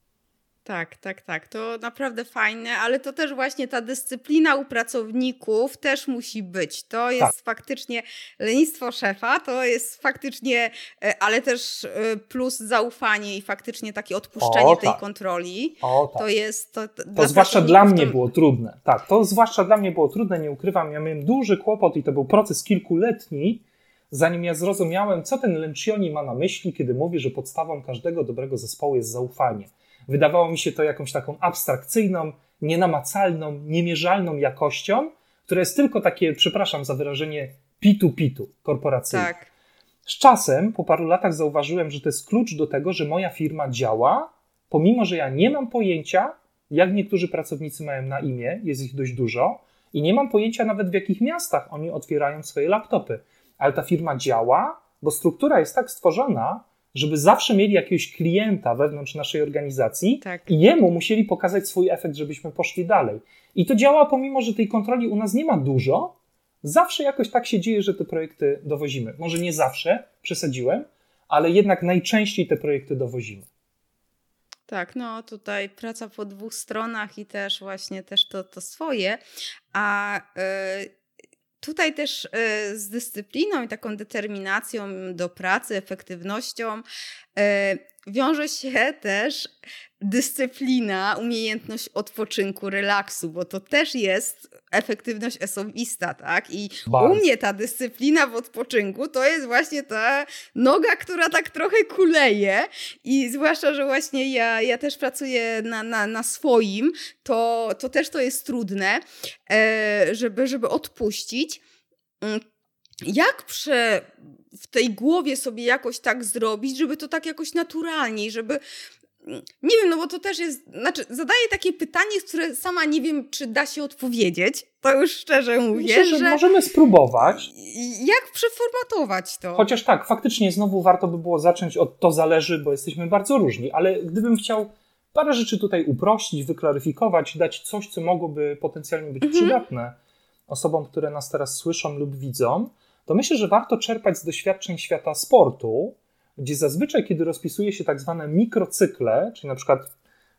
S1: Tak, tak, tak. To naprawdę fajne, ale to też właśnie ta dyscyplina u pracowników też musi być. To jest tak. faktycznie lenistwo szefa, to jest faktycznie, ale też plus zaufanie i faktycznie takie odpuszczenie o, tej tak. kontroli.
S2: O, tak.
S1: To jest... To, to
S2: dla zwłaszcza dla mnie to... było trudne. Tak, to zwłaszcza dla mnie było trudne, nie ukrywam. Ja miałem duży kłopot i to był proces kilkuletni, zanim ja zrozumiałem, co ten Lencioni ma na myśli, kiedy mówi, że podstawą każdego dobrego zespołu jest zaufanie. Wydawało mi się to jakąś taką abstrakcyjną, nienamacalną, niemierzalną jakością, która jest tylko takie, przepraszam za wyrażenie, pitu-pitu korporacyjne. Tak. Z czasem, po paru latach zauważyłem, że to jest klucz do tego, że moja firma działa, pomimo że ja nie mam pojęcia, jak niektórzy pracownicy mają na imię, jest ich dość dużo, i nie mam pojęcia nawet w jakich miastach oni otwierają swoje laptopy. Ale ta firma działa, bo struktura jest tak stworzona, żeby zawsze mieli jakiegoś klienta wewnątrz naszej organizacji tak. i jemu musieli pokazać swój efekt, żebyśmy poszli dalej. I to działa, pomimo że tej kontroli u nas nie ma dużo, zawsze jakoś tak się dzieje, że te projekty dowozimy. Może nie zawsze, przesadziłem, ale jednak najczęściej te projekty dowozimy.
S1: Tak, no tutaj praca po dwóch stronach i też właśnie też to, to swoje, a yy... Tutaj też z dyscypliną i taką determinacją do pracy, efektywnością wiąże się też dyscyplina, umiejętność odpoczynku, relaksu, bo to też jest efektywność osobista, tak? I Bardzo. u mnie ta dyscyplina w odpoczynku to jest właśnie ta noga, która tak trochę kuleje i zwłaszcza, że właśnie ja, ja też pracuję na, na, na swoim, to, to też to jest trudne, żeby, żeby odpuścić. Jak prze, w tej głowie sobie jakoś tak zrobić, żeby to tak jakoś naturalniej, żeby... Nie wiem, no bo to też jest... Znaczy, zadaję takie pytanie, które sama nie wiem, czy da się odpowiedzieć. To już szczerze mówię,
S2: Myślę, że...
S1: że
S2: możemy spróbować.
S1: Jak przeformatować to?
S2: Chociaż tak, faktycznie znowu warto by było zacząć od to zależy, bo jesteśmy bardzo różni, ale gdybym chciał parę rzeczy tutaj uprościć, wyklaryfikować, dać coś, co mogłoby potencjalnie być mhm. przydatne osobom, które nas teraz słyszą lub widzą, to myślę, że warto czerpać z doświadczeń świata sportu, gdzie zazwyczaj, kiedy rozpisuje się tak zwane mikrocykle, czyli na przykład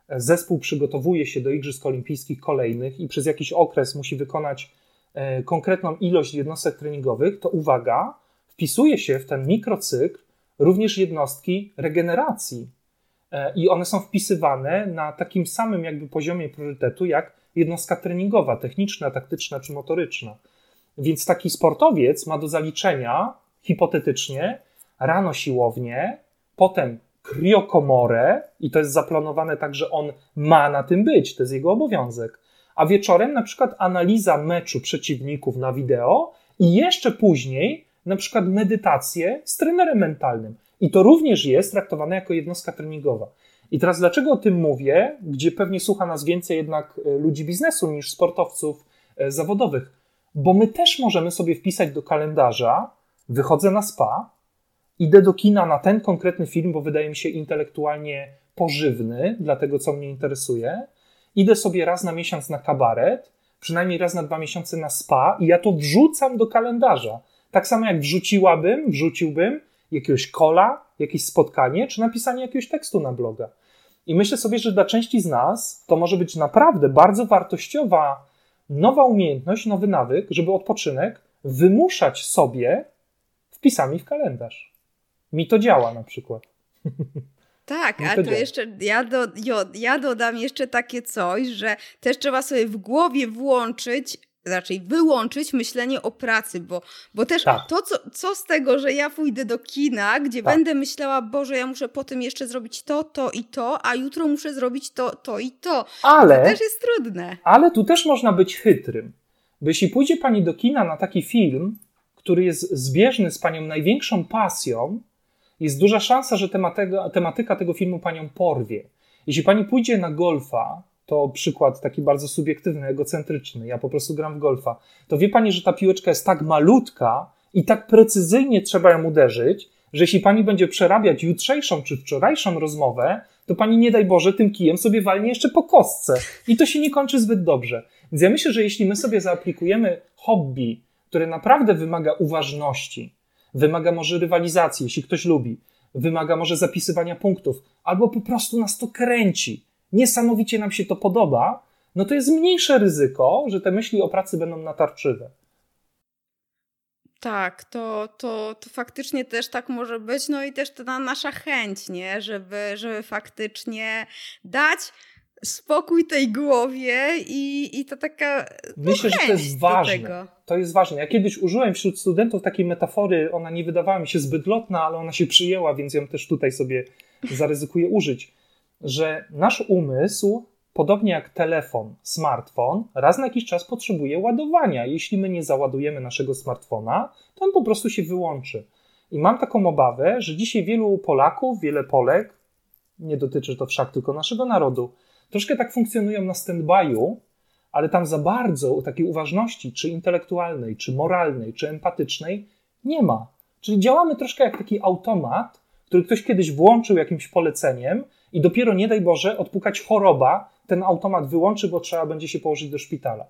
S2: zespół przygotowuje się do Igrzysk Olimpijskich kolejnych i przez jakiś okres musi wykonać konkretną ilość jednostek treningowych, to uwaga, wpisuje się w ten mikrocykl również jednostki regeneracji. I one są wpisywane na takim samym jakby poziomie priorytetu jak jednostka treningowa, techniczna, taktyczna czy motoryczna. Więc taki sportowiec ma do zaliczenia hipotetycznie rano siłownię, potem kriokomorę i to jest zaplanowane tak, że on ma na tym być, to jest jego obowiązek. A wieczorem na przykład analiza meczu przeciwników na wideo i jeszcze później na przykład medytację z trenerem mentalnym. I to również jest traktowane jako jednostka treningowa. I teraz dlaczego o tym mówię, gdzie pewnie słucha nas więcej jednak ludzi biznesu niż sportowców zawodowych? Bo my też możemy sobie wpisać do kalendarza, wychodzę na spa, idę do kina na ten konkretny film, bo wydaje mi się intelektualnie pożywny dla tego, co mnie interesuje. Idę sobie raz na miesiąc na kabaret, przynajmniej raz na dwa miesiące na spa i ja to wrzucam do kalendarza. Tak samo jak wrzuciłabym, wrzuciłbym jakiegoś kola, jakieś spotkanie, czy napisanie jakiegoś tekstu na bloga. I myślę sobie, że dla części z nas to może być naprawdę bardzo wartościowa nowa umiejętność, nowy nawyk, żeby odpoczynek wymuszać sobie wpisami w kalendarz. Mi to działa na przykład.
S1: Tak, a to jeszcze ja, do, ja dodam jeszcze takie coś, że też trzeba sobie w głowie włączyć, raczej wyłączyć myślenie o pracy, bo, bo też tak. to, co, co z tego, że ja pójdę do kina, gdzie tak. będę myślała, Boże, ja muszę po tym jeszcze zrobić to, to i to, a jutro muszę zrobić to, to i to. Ale, to też jest trudne.
S2: Ale tu też można być chytrym, bo jeśli pójdzie pani do kina na taki film, który jest zbieżny z panią największą pasją, jest duża szansa, że tematyka, tematyka tego filmu panią porwie. Jeśli pani pójdzie na golfa, to przykład taki bardzo subiektywny, egocentryczny, ja po prostu gram w golfa, to wie pani, że ta piłeczka jest tak malutka i tak precyzyjnie trzeba ją uderzyć, że jeśli pani będzie przerabiać jutrzejszą czy wczorajszą rozmowę, to pani nie daj Boże tym kijem sobie walnie jeszcze po kostce i to się nie kończy zbyt dobrze. Więc ja myślę, że jeśli my sobie zaaplikujemy hobby, które naprawdę wymaga uważności, wymaga może rywalizacji, jeśli ktoś lubi, wymaga może zapisywania punktów, albo po prostu nas to kręci, niesamowicie nam się to podoba, no to jest mniejsze ryzyko, że te myśli o pracy będą natarczywe.
S1: Tak, to, to, to faktycznie też tak może być, no i też ta nasza chęć, nie? Żeby, żeby faktycznie dać spokój tej głowie i, i to taka
S2: Myślę, że to jest ważne. To jest ważne. Ja kiedyś użyłem wśród studentów takiej metafory, ona nie wydawała mi się zbyt lotna, ale ona się przyjęła, więc ją też tutaj sobie zaryzykuję użyć, że nasz umysł, podobnie jak telefon, smartfon, raz na jakiś czas potrzebuje ładowania. Jeśli my nie załadujemy naszego smartfona, to on po prostu się wyłączy. I mam taką obawę, że dzisiaj wielu Polaków, wiele Polek, nie dotyczy to wszak tylko naszego narodu, troszkę tak funkcjonują na stand-by'u, ale tam za bardzo takiej uważności, czy intelektualnej, czy moralnej, czy empatycznej nie ma. Czyli działamy troszkę jak taki automat, który ktoś kiedyś włączył jakimś poleceniem i dopiero, nie daj Boże, odpukać choroba, ten automat wyłączy, bo trzeba będzie się położyć do szpitala.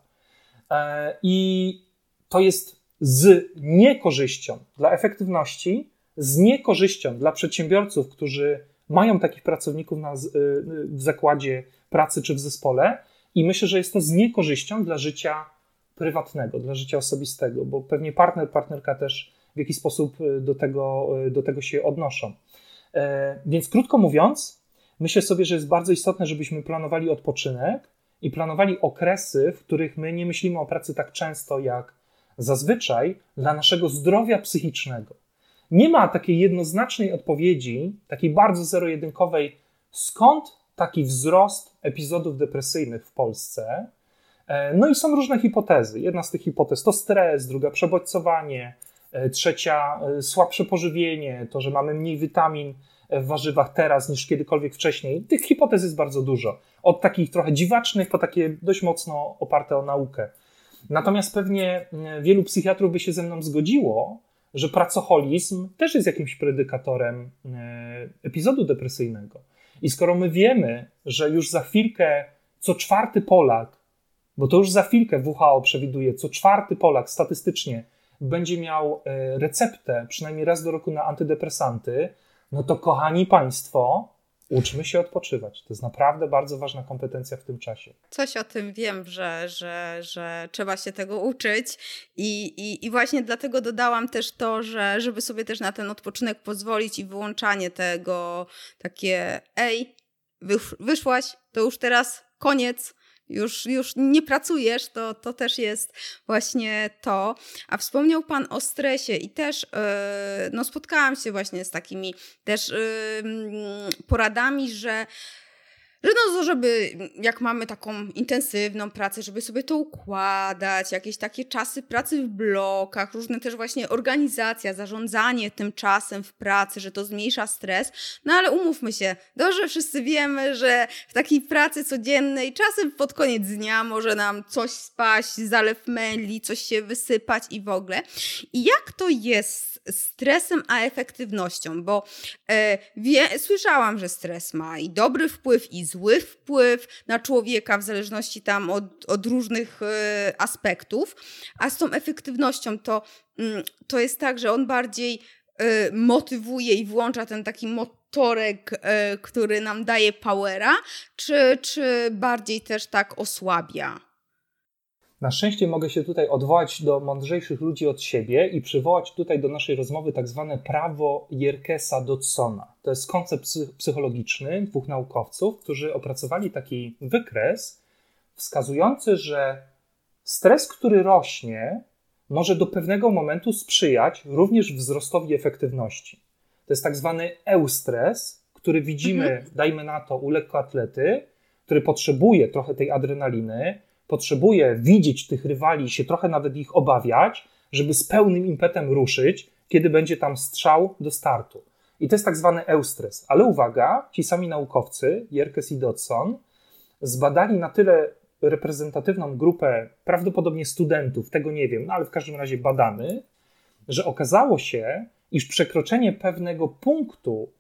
S2: I to jest z niekorzyścią dla efektywności, z niekorzyścią dla przedsiębiorców, którzy mają takich pracowników na, w zakładzie pracy czy w zespole i myślę, że jest to z niekorzyścią dla życia prywatnego, dla życia osobistego, bo pewnie partner, partnerka też w jakiś sposób do tego, do tego się odnoszą. Więc krótko mówiąc, myślę sobie, że jest bardzo istotne, żebyśmy planowali odpoczynek i planowali okresy, w których my nie myślimy o pracy tak często jak zazwyczaj dla naszego zdrowia psychicznego. Nie ma takiej jednoznacznej odpowiedzi, takiej bardzo zero-jedynkowej, skąd taki wzrost epizodów depresyjnych w Polsce. No i są różne hipotezy. Jedna z tych hipotez to stres, druga przebodźcowanie, trzecia słabsze pożywienie, to, że mamy mniej witamin w warzywach teraz niż kiedykolwiek wcześniej. Tych hipotez jest bardzo dużo. Od takich trochę dziwacznych po takie dość mocno oparte o naukę. Natomiast pewnie wielu psychiatrów by się ze mną zgodziło, że pracoholizm też jest jakimś predykatorem epizodu depresyjnego. I skoro my wiemy, że już za chwilkę co czwarty Polak, bo to już za chwilkę W H O przewiduje, co czwarty Polak statystycznie będzie miał receptę przynajmniej raz do roku na antydepresanty, no to kochani Państwo, Uczmy się odpoczywać. To jest naprawdę bardzo ważna kompetencja w tym czasie.
S1: Coś o tym wiem, że, że, że trzeba się tego uczyć i, i, i właśnie dlatego dodałam też to, że żeby sobie też na ten odpoczynek pozwolić i wyłączanie tego takie ej, wysz, wyszłaś, to już teraz koniec, już, już nie pracujesz, to, to też jest właśnie to. A wspomniał Pan o stresie i też yy, no spotkałam się właśnie z takimi też yy, poradami, że Że no, żeby jak mamy taką intensywną pracę, żeby sobie to układać, jakieś takie czasy pracy w blokach, różne też właśnie organizacja, zarządzanie tym czasem w pracy, że to zmniejsza stres. No ale umówmy się, dobrze wszyscy wiemy, że w takiej pracy codziennej czasem pod koniec dnia może nam coś spaść, zalew męli, coś się wysypać i w ogóle. I jak to jest z stresem a efektywnością? Bo e, wie, słyszałam, że stres ma i dobry wpływ, i zły wpływ na człowieka w zależności tam od, od różnych e, aspektów, a z tą efektywnością to, mm, to jest tak, że on bardziej e, motywuje i włącza ten taki motorek, e, który nam daje powera, czy, czy bardziej też tak osłabia?
S2: Na szczęście mogę się tutaj odwołać do mądrzejszych ludzi od siebie i przywołać tutaj do naszej rozmowy tak zwane prawo Yerkesa-Dodsona. To jest koncept psychologiczny dwóch naukowców, którzy opracowali taki wykres wskazujący, że stres, który rośnie, może do pewnego momentu sprzyjać również wzrostowi efektywności. To jest tak zwany eustres, który widzimy, mhm. dajmy na to, u lekkoatlety, który potrzebuje trochę tej adrenaliny, potrzebuje widzieć tych rywali i się trochę nawet ich obawiać, żeby z pełnym impetem ruszyć, kiedy będzie tam strzał do startu. I to jest tak zwany eustres. Ale uwaga, ci sami naukowcy, Yerkes i Dodson, zbadali na tyle reprezentatywną grupę, prawdopodobnie studentów, tego nie wiem, no ale w każdym razie badanych, że okazało się, iż przekroczenie pewnego punktu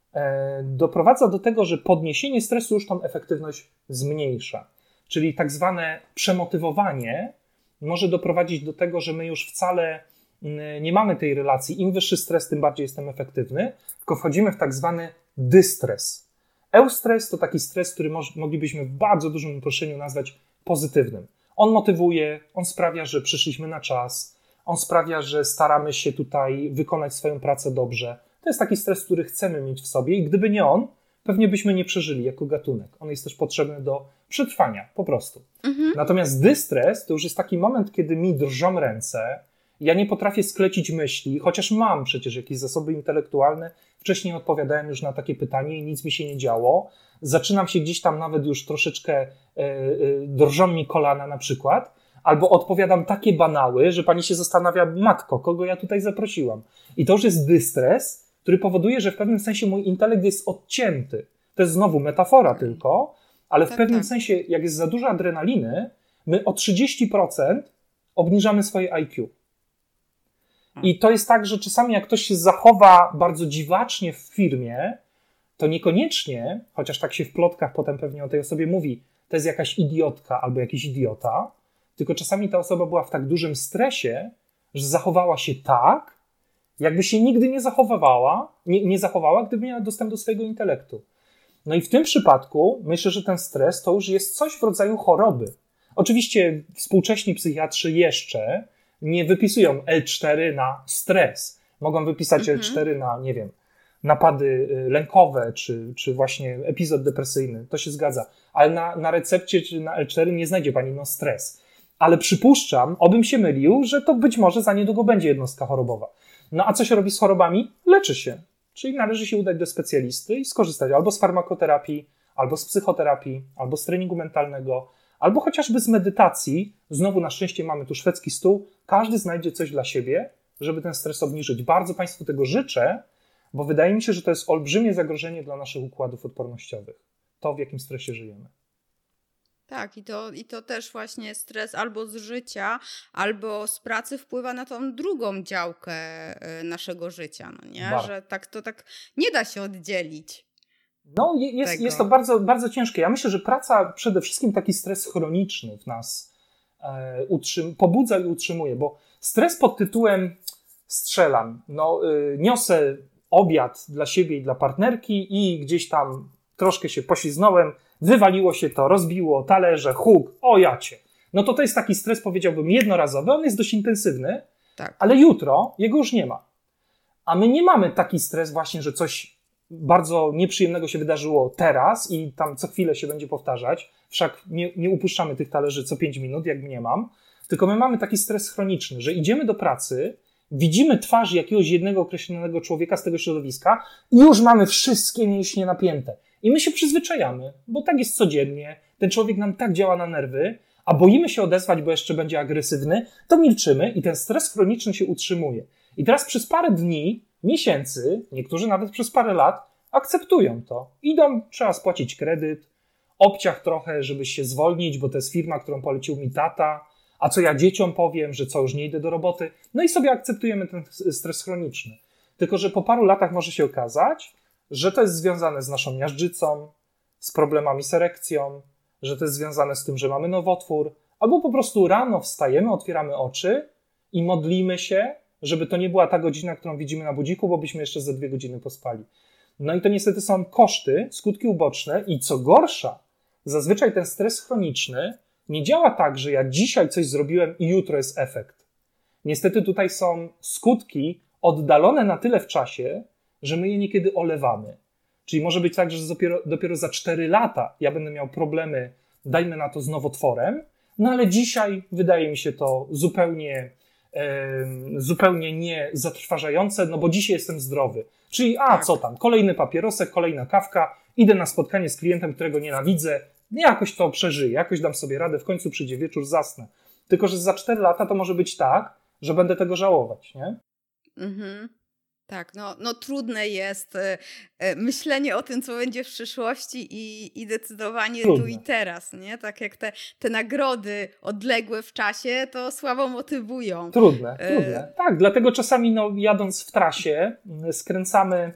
S2: e, doprowadza do tego, że podniesienie stresu już tą efektywność zmniejsza. Czyli tak zwane przemotywowanie może doprowadzić do tego, że my już wcale nie mamy tej relacji. Im wyższy stres, tym bardziej jestem efektywny, tylko wchodzimy w tak zwany dystres. Eustres to taki stres, który moglibyśmy w bardzo dużym uproszczeniu nazwać pozytywnym. On motywuje, on sprawia, że przyszliśmy na czas, on sprawia, że staramy się tutaj wykonać swoją pracę dobrze. To jest taki stres, który chcemy mieć w sobie i gdyby nie on, pewnie byśmy nie przeżyli jako gatunek. On jest też potrzebny do przetrwania, po prostu. Mhm. Natomiast dystres to już jest taki moment, kiedy mi drżą ręce, ja nie potrafię sklecić myśli, chociaż mam przecież jakieś zasoby intelektualne. Wcześniej odpowiadałem już na takie pytanie i nic mi się nie działo. Zaczynam się gdzieś tam nawet już troszeczkę e, e, drżą mi kolana na przykład, albo odpowiadam takie banały, że pani się zastanawia, matko, kogo ja tutaj zaprosiłam. I to już jest dystres, który powoduje, że w pewnym sensie mój intelekt jest odcięty. To jest znowu metafora tylko, ale w tak, pewnym tak. sensie, jak jest za dużo adrenaliny, my o trzydzieści procent obniżamy swoje I Q. I to jest tak, że czasami jak ktoś się zachowa bardzo dziwacznie w firmie, to niekoniecznie, chociaż tak się w plotkach potem pewnie o tej osobie mówi, to jest jakaś idiotka albo jakiś idiota, tylko czasami ta osoba była w tak dużym stresie, że zachowała się tak, jakby się nigdy nie zachowywała, nie, nie zachowała, gdyby miała dostęp do swojego intelektu. No i w tym przypadku myślę, że ten stres to już jest coś w rodzaju choroby. Oczywiście współcześni psychiatrzy jeszcze nie wypisują L cztery na stres. Mogą wypisać mhm. L cztery na, nie wiem, napady lękowe, czy, czy właśnie epizod depresyjny. To się zgadza. Ale na, na recepcie czy na L cztery nie znajdzie pani no stres. Ale przypuszczam, obym się mylił, że to być może za niedługo będzie jednostka chorobowa. No a co się robi z chorobami? Leczy się. Czyli należy się udać do specjalisty i skorzystać albo z farmakoterapii, albo z psychoterapii, albo z treningu mentalnego, albo chociażby z medytacji. Znowu na szczęście mamy tu szwedzki stół. Każdy znajdzie coś dla siebie, żeby ten stres obniżyć. Bardzo Państwu tego życzę, bo wydaje mi się, że to jest olbrzymie zagrożenie dla naszych układów odpornościowych. To, w jakim stresie żyjemy.
S1: Tak, i to, i to też właśnie stres albo z życia, albo z pracy wpływa na tą drugą działkę naszego życia, no nie? Bardzo. Że tak to tak nie da się oddzielić.
S2: No jest, jest to bardzo, bardzo ciężkie. Ja myślę, że praca przede wszystkim taki stres chroniczny w nas e, utrzym, pobudza i utrzymuje, bo stres pod tytułem strzelam, no y, niosę obiad dla siebie i dla partnerki i gdzieś tam troszkę się pośliznąłem, wywaliło się to, rozbiło talerze, huk, o jacie. No to to jest taki stres, powiedziałbym, jednorazowy, on jest dość intensywny,
S1: tak.
S2: ale jutro jego już nie ma. A my nie mamy taki stres właśnie, że coś bardzo nieprzyjemnego się wydarzyło teraz i tam co chwilę się będzie powtarzać, wszak nie, nie upuszczamy tych talerzy co pięć minut, jak nie mam, tylko my mamy taki stres chroniczny, że idziemy do pracy, widzimy twarz jakiegoś jednego określonego człowieka z tego środowiska i już mamy wszystkie mięśnie napięte. I my się przyzwyczajamy, bo tak jest codziennie, ten człowiek nam tak działa na nerwy, a boimy się odezwać, bo jeszcze będzie agresywny, to milczymy i ten stres chroniczny się utrzymuje. I teraz przez parę dni, miesięcy, niektórzy nawet przez parę lat akceptują to. Idą, trzeba spłacić kredyt, obciach trochę, żeby się zwolnić, bo to jest firma, którą polecił mi tata, a co ja dzieciom powiem, że co, już nie idę do roboty. No i sobie akceptujemy ten stres chroniczny. Tylko że po paru latach może się okazać, że to jest związane z naszą miażdżycą, z problemami z erekcją, że to jest związane z tym, że mamy nowotwór, albo po prostu rano wstajemy, otwieramy oczy i modlimy się, żeby to nie była ta godzina, którą widzimy na budziku, bo byśmy jeszcze ze dwie godziny pospali. No i to niestety są koszty, skutki uboczne i co gorsza, zazwyczaj ten stres chroniczny nie działa tak, że ja dzisiaj coś zrobiłem i jutro jest efekt. Niestety tutaj są skutki oddalone na tyle w czasie, że my je niekiedy olewamy. Czyli może być tak, że dopiero, dopiero za cztery lata ja będę miał problemy, dajmy na to, z nowotworem, no ale dzisiaj wydaje mi się to zupełnie, e, zupełnie nie zatrważające, no bo dzisiaj jestem zdrowy. Czyli a
S1: tak.
S2: co tam, kolejny papierosek, kolejna kawka, idę na spotkanie z klientem, którego nienawidzę, jakoś to przeżyję, jakoś dam sobie radę, w końcu przyjdzie wieczór, zasnę. Tylko że za cztery lata to może być tak, że będę tego żałować, nie?
S1: Mhm. Tak, no, no trudne jest y, y, myślenie o tym, co będzie w przyszłości i, i decydowanie
S2: Trudne.
S1: Tu i teraz, nie? Tak jak te, te nagrody odległe w czasie, to słabo motywują.
S2: Trudne,
S1: y-
S2: trudne. Tak, dlatego czasami no, jadąc w trasie skręcamy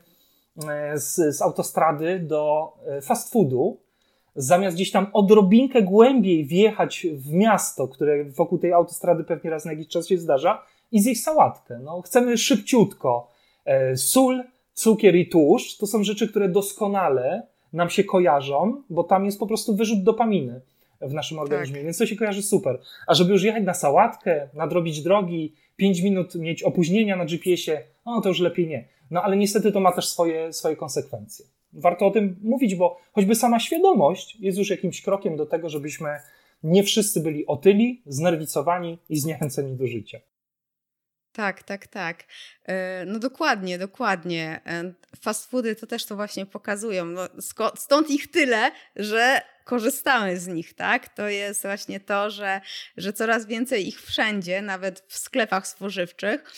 S2: z, z autostrady do fast foodu, zamiast gdzieś tam odrobinkę głębiej wjechać w miasto, które wokół tej autostrady pewnie raz na jakiś czas się zdarza, i zjeść sałatkę. No, chcemy szybciutko. E, sól, cukier i tłuszcz to są rzeczy, które doskonale nam się kojarzą, bo tam jest po prostu wyrzut dopaminy w naszym organizmie, tak. Więc to się kojarzy super. A żeby już jechać na sałatkę, nadrobić drogi, pięć minut mieć opóźnienia na G P S-ie, no to już lepiej nie. No ale niestety to ma też swoje, swoje konsekwencje. Warto o tym mówić, bo choćby sama świadomość jest już jakimś krokiem do tego, żebyśmy nie wszyscy byli otyli, znerwicowani i zniechęceni do życia.
S1: Tak, tak, tak. No dokładnie, dokładnie. Fast foody to też to właśnie pokazują. No, stąd ich tyle, że korzystamy z nich, tak? To jest właśnie to, że, że coraz więcej ich wszędzie, nawet w sklepach spożywczych,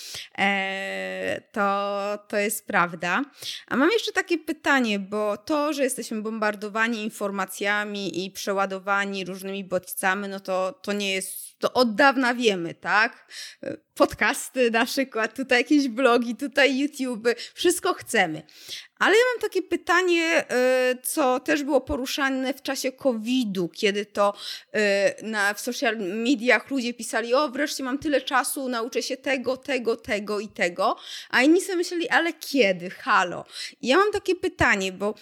S1: e, to, to jest prawda. A mam jeszcze takie pytanie, bo to, że jesteśmy bombardowani informacjami i przeładowani różnymi bodźcami, no to, to nie jest, to od dawna wiemy, tak? Podcasty na przykład, tutaj jakieś blogi, tutaj YouTube, wszystko chcemy. Ale ja mam takie pytanie, co też było poruszane w czasie kowida, kiedy to na, w social mediach ludzie pisali, o wreszcie mam tyle czasu, nauczę się tego, tego, tego i tego, a inni sobie myśleli, ale kiedy? Halo. I ja mam takie pytanie, bo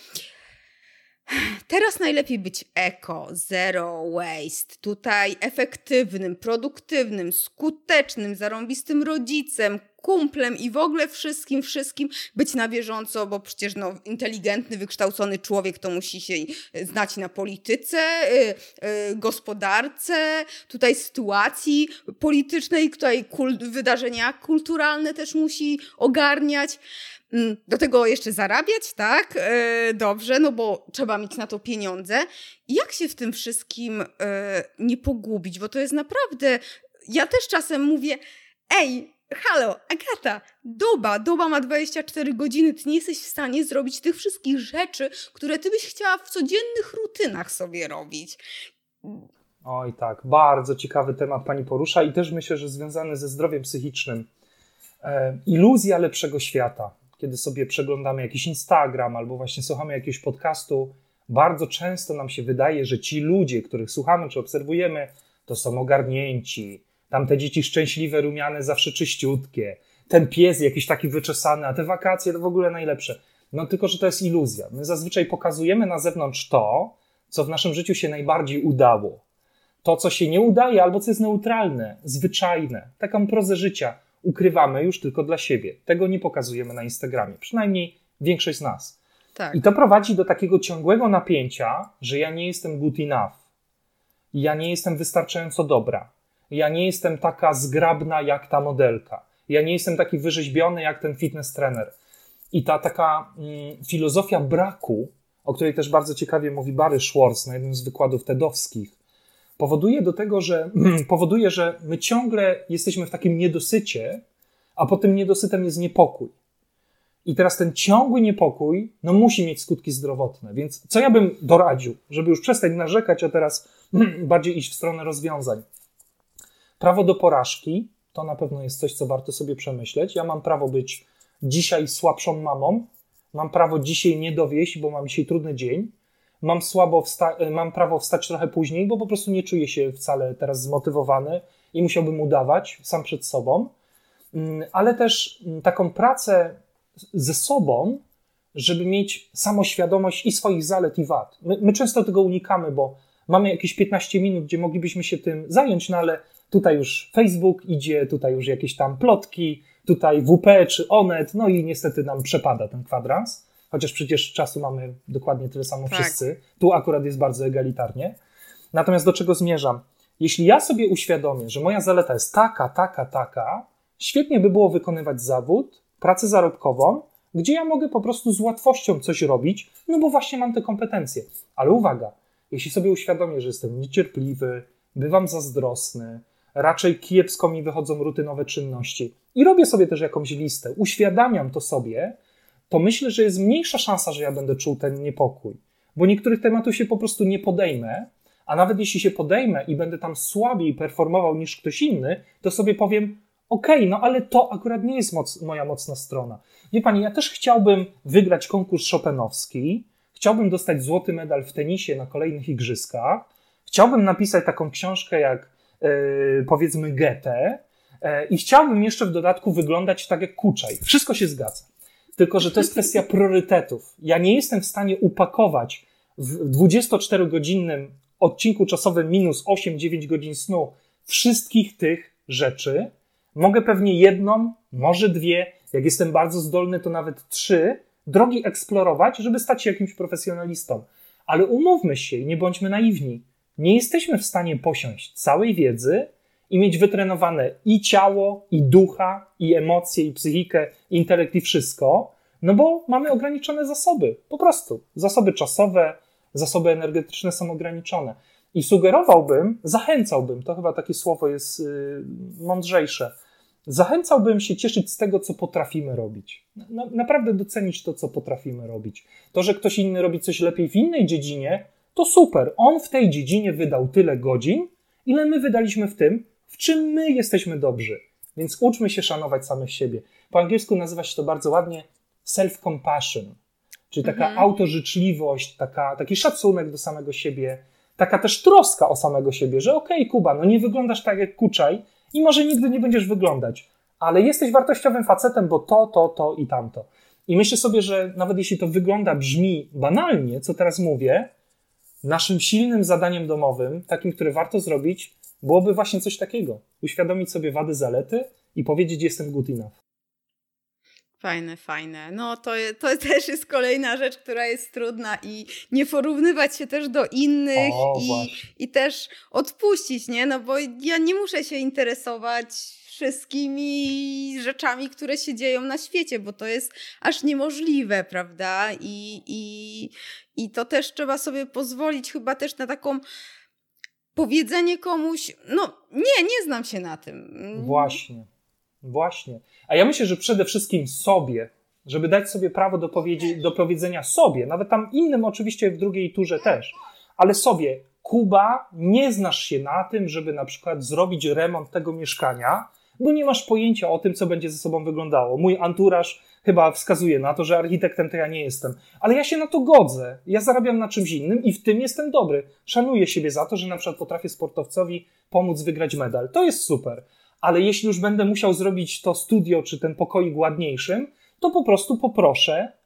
S1: teraz najlepiej być eko, zero waste, tutaj efektywnym, produktywnym, skutecznym, zarąbistym rodzicem, kumplem i w ogóle wszystkim, wszystkim być na bieżąco, bo przecież no, inteligentny, wykształcony człowiek to musi się znać na polityce, yy, yy, gospodarce, tutaj sytuacji politycznej, tutaj kul- wydarzenia kulturalne też musi ogarniać. Do tego jeszcze zarabiać, tak? Yy, dobrze, no bo trzeba mieć na to pieniądze. I jak się w tym wszystkim yy, nie pogubić? Bo to jest naprawdę... Ja też czasem mówię, ej, halo, Agata, doba, doba ma dwadzieścia cztery godziny, ty nie jesteś w stanie zrobić tych wszystkich rzeczy, które ty byś chciała w codziennych rutynach sobie robić.
S2: Oj tak, bardzo ciekawy temat pani porusza i też myślę, że związany ze zdrowiem psychicznym. E, iluzja lepszego świata. Kiedy sobie przeglądamy jakiś Instagram albo właśnie słuchamy jakiegoś podcastu, bardzo często nam się wydaje, że ci ludzie, których słuchamy czy obserwujemy, to są ogarnięci. Tam te dzieci szczęśliwe, rumiane, zawsze czyściutkie. Ten pies jakiś taki wyczesany, a te wakacje to w ogóle najlepsze. No tylko, że to jest iluzja. My zazwyczaj pokazujemy na zewnątrz to, co w naszym życiu się najbardziej udało. To, co się nie udaje, albo co jest neutralne, zwyczajne, taką prozę życia ukrywamy już tylko dla siebie. Tego nie pokazujemy na Instagramie, przynajmniej większość z nas.
S1: Tak.
S2: I to prowadzi do takiego ciągłego napięcia, że ja nie jestem good enough. Ja nie jestem wystarczająco dobra. Ja nie jestem taka zgrabna jak ta modelka. Ja nie jestem taki wyrzeźbiony jak ten fitness trener. I ta taka mm, filozofia braku, o której też bardzo ciekawie mówi Barry Schwartz na jednym z wykładów tedowskich, powoduje do tego, że powoduje, że my ciągle jesteśmy w takim niedosycie, a po tym niedosytem jest niepokój. I teraz ten ciągły niepokój no, musi mieć skutki zdrowotne. Więc co ja bym doradził, żeby już przestać narzekać, a teraz bardziej iść w stronę rozwiązań. Prawo do porażki to na pewno jest coś, co warto sobie przemyśleć. Ja mam prawo być dzisiaj słabszą mamą, mam prawo dzisiaj nie dowieść, bo mam dzisiaj trudny dzień, mam, słabo wsta- mam prawo wstać trochę później, bo po prostu nie czuję się wcale teraz zmotywowany i musiałbym udawać sam przed sobą, ale też taką pracę ze sobą, żeby mieć samoświadomość i swoich zalet i wad. My, my często tego unikamy, bo mamy jakieś piętnaście minut, gdzie moglibyśmy się tym zająć, no ale tutaj już Facebook idzie, tutaj już jakieś tam plotki, tutaj W P czy Onet, no i niestety nam przepada ten kwadrans, chociaż przecież czasu mamy dokładnie tyle samo
S1: tak.
S2: wszyscy. Tu akurat jest bardzo egalitarnie. Natomiast do czego zmierzam? Jeśli ja sobie uświadomię, że moja zaleta jest taka, taka, taka, świetnie by było wykonywać zawód, pracę zarobkową, gdzie ja mogę po prostu z łatwością coś robić, no bo właśnie mam te kompetencje. Ale uwaga, jeśli sobie uświadomię, że jestem niecierpliwy, bywam zazdrosny, raczej kiepsko mi wychodzą rutynowe czynności i robię sobie też jakąś listę, uświadamiam to sobie, to myślę, że jest mniejsza szansa, że ja będę czuł ten niepokój. Bo niektórych tematów się po prostu nie podejmę, a nawet jeśli się podejmę i będę tam słabiej performował niż ktoś inny, to sobie powiem, okej, okay, no ale to akurat nie jest moc, moja mocna strona. Wie pani, ja też chciałbym wygrać konkurs chopinowski, chciałbym dostać złoty medal w tenisie na kolejnych igrzyskach, chciałbym napisać taką książkę jak yy, powiedzmy Goethe yy, i chciałbym jeszcze w dodatku wyglądać tak jak Kuczaj. Wszystko się zgadza. Tylko że to jest kwestia priorytetów. Ja nie jestem w stanie upakować w dwudziestoczterogodzinnym odcinku czasowym minus osiem dziewięć godzin snu wszystkich tych rzeczy. Mogę pewnie jedną, może dwie, jak jestem bardzo zdolny, to nawet trzy drogi eksplorować, żeby stać się jakimś profesjonalistą. Ale umówmy się i nie bądźmy naiwni. Nie jesteśmy w stanie posiąść całej wiedzy i mieć wytrenowane i ciało, i ducha, i emocje, i psychikę, i intelekt, i wszystko, no bo mamy ograniczone zasoby. Po prostu. Zasoby czasowe, zasoby energetyczne są ograniczone. I sugerowałbym, zachęcałbym, to chyba takie słowo jest yy, mądrzejsze, zachęcałbym się cieszyć z tego, co potrafimy robić. Na, naprawdę docenić to, co potrafimy robić. To, że ktoś inny robi coś lepiej w innej dziedzinie, to super. On w tej dziedzinie wydał tyle godzin, ile my wydaliśmy w tym, w czym my jesteśmy dobrzy. Więc uczmy się szanować samych siebie. Po angielsku nazywa się to bardzo ładnie self-compassion, czyli taka mhm. autożyczliwość, taka, taki szacunek do samego siebie, taka też troska o samego siebie, że okej, okay, Kuba, no nie wyglądasz tak jak Kuczaj i może nigdy nie będziesz wyglądać, ale jesteś wartościowym facetem, bo to, to, to i tamto. I myślę sobie, że nawet jeśli to wygląda, brzmi banalnie, co teraz mówię, naszym silnym zadaniem domowym, takim, które warto zrobić, byłoby właśnie coś takiego. Uświadomić sobie wady, zalety i powiedzieć, jestem good enough.
S1: Fajne, fajne. No to, to też jest kolejna rzecz, która jest trudna i nie porównywać się też do innych
S2: o,
S1: i, i też odpuścić, nie? No bo ja nie muszę się interesować wszystkimi rzeczami, które się dzieją na świecie, bo to jest aż niemożliwe, prawda? I, i, i to też trzeba sobie pozwolić chyba też na taką powiedzenie komuś, no nie, nie znam się na tym.
S2: Właśnie, właśnie. A ja myślę, że przede wszystkim sobie, żeby dać sobie prawo do, powiedzi- do powiedzenia sobie, nawet tam innym oczywiście w drugiej turze też, ale sobie, Kuba, nie znasz się na tym, żeby na przykład zrobić remont tego mieszkania, bo nie masz pojęcia o tym, co będzie ze sobą wyglądało. Mój anturaż chyba wskazuje na to, że architektem to ja nie jestem. Ale ja się na to godzę. Ja zarabiam na czymś innym i w tym jestem dobry. Szanuję siebie za to, że na przykład potrafię sportowcowi pomóc wygrać medal. To jest super. Ale jeśli już będę musiał zrobić to studio czy ten pokoik ładniejszym, to po prostu poproszę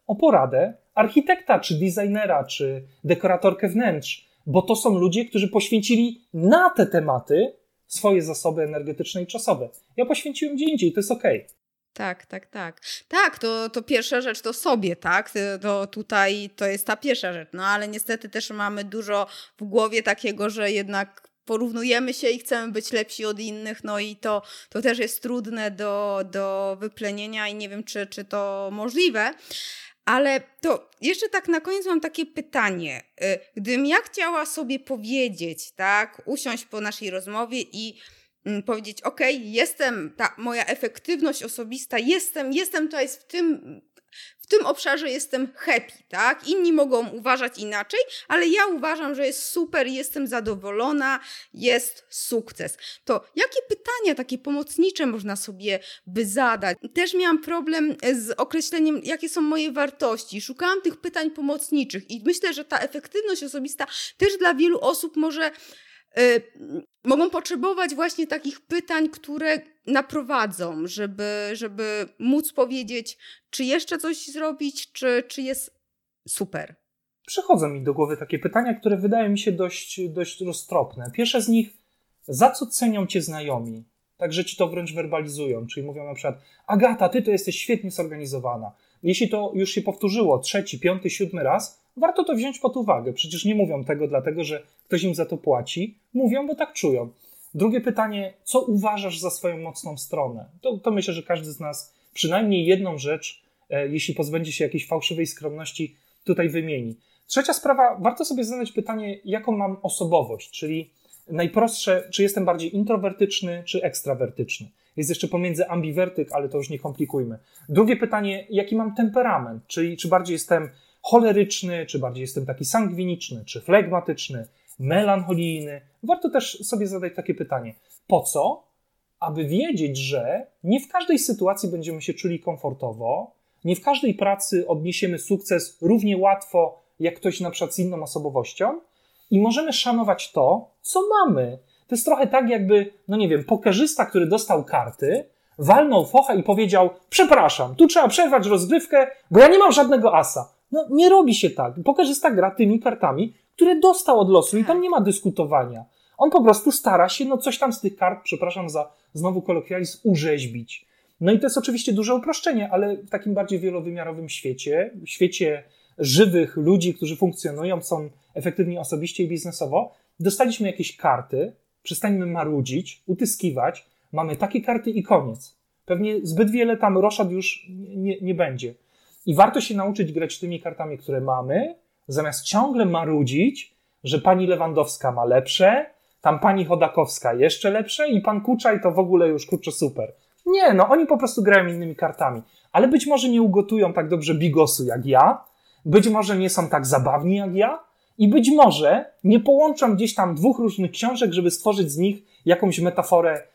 S2: o poradę architekta, czy designera, czy dekoratorkę wnętrz, bo to są ludzie, którzy poświęcili na te tematy swoje zasoby energetyczne i czasowe. Ja poświęciłem gdzie indziej, to jest okej.
S1: Tak, tak, tak. Tak, to, to pierwsza rzecz to sobie, tak? To tutaj to jest ta pierwsza rzecz. No ale niestety też mamy dużo w głowie takiego, że jednak porównujemy się i chcemy być lepsi od innych, no i to, to też jest trudne do, do wyplenienia i nie wiem, czy, czy to możliwe. Ale to jeszcze tak na koniec mam takie pytanie. Gdybym ja chciała sobie powiedzieć, tak, usiąść po naszej rozmowie i powiedzieć, ok, jestem, ta moja efektywność osobista, jestem, jestem tutaj w tym, w tym obszarze jestem happy, tak? Inni mogą uważać inaczej, ale ja uważam, że jest super, jestem zadowolona, jest sukces. To jakie pytania takie pomocnicze można sobie by zadać? Też miałam problem z określeniem, jakie są moje wartości. Szukałam tych pytań pomocniczych i myślę, że ta efektywność osobista też dla wielu osób może Y, mogą potrzebować właśnie takich pytań, które naprowadzą, żeby, żeby móc powiedzieć, czy jeszcze coś zrobić, czy, czy jest super.
S2: Przychodzą mi do głowy takie pytania, które wydają mi się dość, dość roztropne. Pierwsze z nich, za co cenią cię znajomi? Także ci to wręcz werbalizują, czyli mówią na przykład, Agata, ty to jesteś świetnie zorganizowana. Jeśli to już się powtórzyło trzeci, piąty, siódmy raz, warto to wziąć pod uwagę. Przecież nie mówią tego dlatego, że ktoś im za to płaci. Mówią, bo tak czują. Drugie pytanie, co uważasz za swoją mocną stronę? To, to myślę, że każdy z nas przynajmniej jedną rzecz, e, jeśli pozbędzie się jakiejś fałszywej skromności, tutaj wymieni. Trzecia sprawa, warto sobie zadać pytanie, jaką mam osobowość, czyli najprostsze, czy jestem bardziej introwertyczny, czy ekstrawertyczny. Jest jeszcze pomiędzy ambiwertyk, ale to już nie komplikujmy. Drugie pytanie, jaki mam temperament, czyli czy bardziej jestem choleryczny, czy bardziej jestem taki sangwiniczny, czy flegmatyczny, melancholijny. Warto też sobie zadać takie pytanie. Po co? Aby wiedzieć, że nie w każdej sytuacji będziemy się czuli komfortowo, nie w każdej pracy odniesiemy sukces równie łatwo, jak ktoś na przykład z inną osobowością i możemy szanować to, co mamy. To jest trochę tak, jakby, no nie wiem, pokerzysta, który dostał karty, walnął focha i powiedział, przepraszam, tu trzeba przerwać rozgrywkę, bo ja nie mam żadnego asa. No nie robi się tak. Pokerzysta gra tymi kartami, które dostał od losu i tam nie ma dyskutowania. On po prostu stara się, no coś tam z tych kart, przepraszam za znowu kolokwializm, urzeźbić. No i to jest oczywiście duże uproszczenie, ale w takim bardziej wielowymiarowym świecie, w świecie żywych ludzi, którzy funkcjonują, są efektywni osobiście i biznesowo, dostaliśmy jakieś karty, przestańmy marudzić, utyskiwać, mamy takie karty i koniec. Pewnie zbyt wiele tam roszad już nie, nie będzie. I warto się nauczyć grać tymi kartami, które mamy, zamiast ciągle marudzić, że pani Lewandowska ma lepsze, tam pani Chodakowska jeszcze lepsze i pan Kuczaj to w ogóle już kurczę super. Nie, no oni po prostu grają innymi kartami. Ale być może nie ugotują tak dobrze bigosu jak ja, być może nie są tak zabawni jak ja i być może nie połączą gdzieś tam dwóch różnych książek, żeby stworzyć z nich jakąś metaforę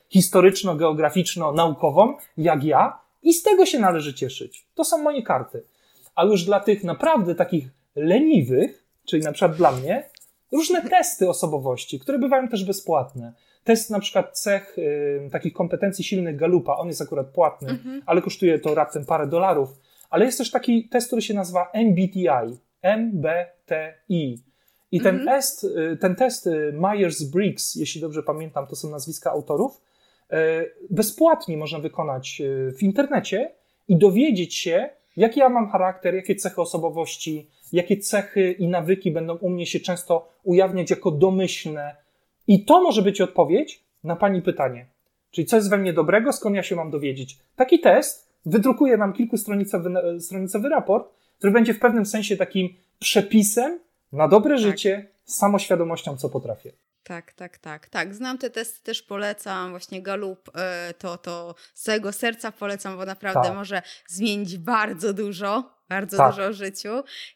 S2: historyczno-geograficzno-naukową jak ja i z tego się należy cieszyć. To są moje karty. A już dla tych naprawdę takich leniwych, czyli na przykład dla mnie, różne testy osobowości, które bywają też bezpłatne. Test na przykład cech y, takich kompetencji silnych Gallupa, on jest akurat płatny, mm-hmm. ale kosztuje to raptem parę dolarów. Ale jest też taki test, który się nazywa M B T I. M B T I. I ten, mm-hmm. test, y, ten test y, Myers-Briggs, jeśli dobrze pamiętam, to są nazwiska autorów, y, bezpłatnie można wykonać y, w internecie i dowiedzieć się, jaki ja mam charakter, jakie cechy osobowości, jakie cechy i nawyki będą u mnie się często ujawniać jako domyślne. I to może być odpowiedź na pani pytanie. Czyli co jest we mnie dobrego, skąd ja się mam dowiedzieć. Taki test wydrukuje nam kilkustronicowy stronicowy raport, który będzie w pewnym sensie takim przepisem na dobre tak. życie z samoświadomością, co potrafię.
S1: Tak, tak, tak, tak. Znam te testy, też polecam. Właśnie Gallup, to, to z całego serca polecam, bo naprawdę tak. może zmienić bardzo dużo, bardzo tak. dużo o życiu.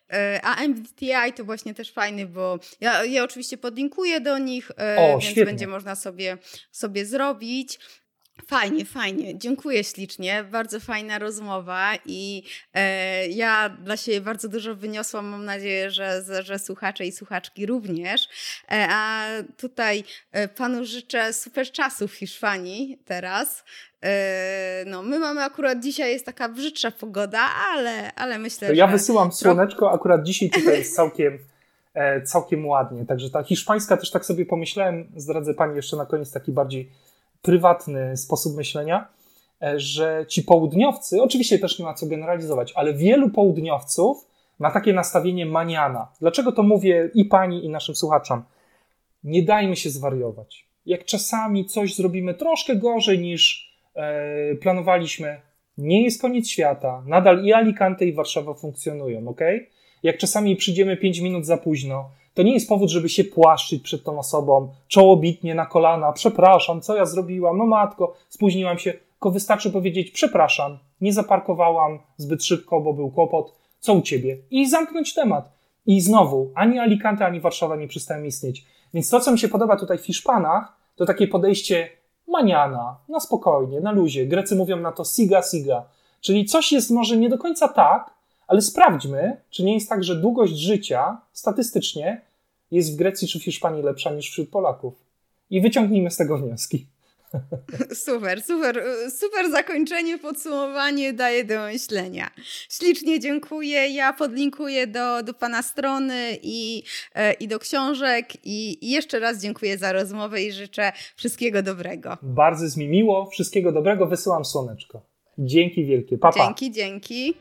S1: A M B T I to właśnie też fajny, bo ja, ja oczywiście podlinkuję do nich, o, więc świetnie. Będzie można sobie, sobie zrobić. Fajnie, fajnie. Dziękuję ślicznie. Bardzo fajna rozmowa i e, ja dla siebie bardzo dużo wyniosłam. Mam nadzieję, że, że słuchacze i słuchaczki również. E, a tutaj e, panu życzę super czasu w Hiszpanii teraz. E, no, my mamy akurat dzisiaj jest taka brzydsza pogoda, ale, ale myślę,
S2: to
S1: że...
S2: Ja wysyłam słoneczko, akurat dzisiaj tutaj jest całkiem, e, całkiem ładnie. Także ta hiszpańska też tak sobie pomyślałem, zdradzę pani jeszcze na koniec taki bardziej prywatny sposób myślenia, że ci południowcy, oczywiście też nie ma co generalizować, ale wielu południowców ma takie nastawienie maniana. Dlaczego to mówię i pani, i naszym słuchaczom? Nie dajmy się zwariować. Jak czasami coś zrobimy troszkę gorzej niż e, planowaliśmy, nie jest koniec świata. Nadal i Alicante, i Warszawa funkcjonują, ok? Jak czasami przyjdziemy pięć minut za późno, to nie jest powód, żeby się płaszczyć przed tą osobą, czołobitnie na kolana, przepraszam, co ja zrobiłam, no matko, spóźniłam się, tylko wystarczy powiedzieć, przepraszam, nie zaparkowałam zbyt szybko, bo był kłopot, co u ciebie? I zamknąć temat. I znowu, ani Alicante, ani Warszawa nie przestają istnieć. Więc to, co mi się podoba tutaj w Hiszpanach, to takie podejście maniana, na spokojnie, na luzie. Grecy mówią na to siga, siga. Czyli coś jest może nie do końca tak, ale sprawdźmy, czy nie jest tak, że długość życia statystycznie jest w Grecji czy w Hiszpanii lepsza niż wśród Polaków. I wyciągnijmy z tego wnioski.
S1: Super, super, super zakończenie, podsumowanie daje do myślenia. Ślicznie dziękuję. Ja podlinkuję do, do pana strony i, i do książek i, i jeszcze raz dziękuję za rozmowę i życzę wszystkiego dobrego.
S2: Bardzo jest mi miło, wszystkiego dobrego, wysyłam słoneczko. Dzięki wielkie, pa, pa.
S1: Dzięki, dzięki.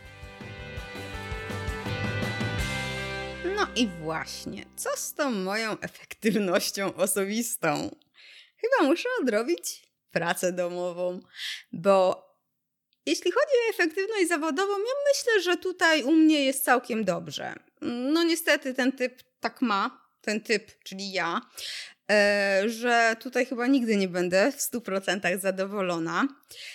S1: No i właśnie, co z tą moją efektywnością osobistą? Chyba muszę odrobić pracę domową, bo jeśli chodzi o efektywność zawodową, ja myślę, że tutaj u mnie jest całkiem dobrze. No niestety ten typ tak ma, ten typ, czyli ja, że tutaj chyba nigdy nie będę w stu procentach zadowolona,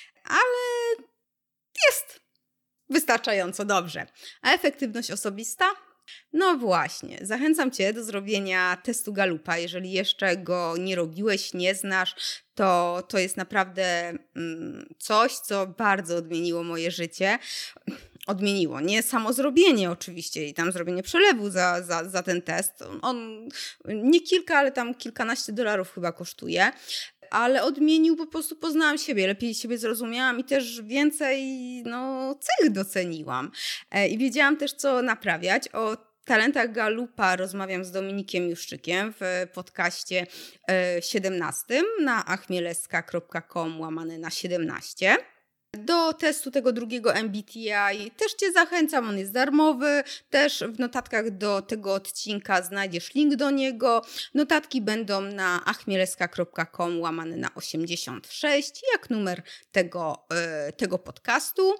S1: ale jest wystarczająco dobrze. A efektywność osobista? No właśnie, zachęcam Cię do zrobienia testu Gallupa. Jeżeli jeszcze go nie robiłeś, nie znasz, to to jest naprawdę mm, coś, co bardzo odmieniło moje życie. Odmieniło, nie samo zrobienie oczywiście i tam zrobienie przelewu za, za, za ten test. On nie kilka, ale tam kilkanaście dolarów chyba kosztuje. Ale odmienił, po prostu poznałam siebie, lepiej siebie zrozumiałam i też więcej no, cech doceniłam. I wiedziałam też, co naprawiać. O talentach Gallupa rozmawiam z Dominikiem Juszczykiem w podcaście siedemnastym na achmieleska kropka com łamane na siedemnaście. Do testu tego drugiego M B T I też Cię zachęcam, on jest darmowy, też w notatkach do tego odcinka znajdziesz link do niego. Notatki będą na achmieleska kropka com łamane na osiemdziesiąt sześć, jak numer tego, yy, tego podcastu.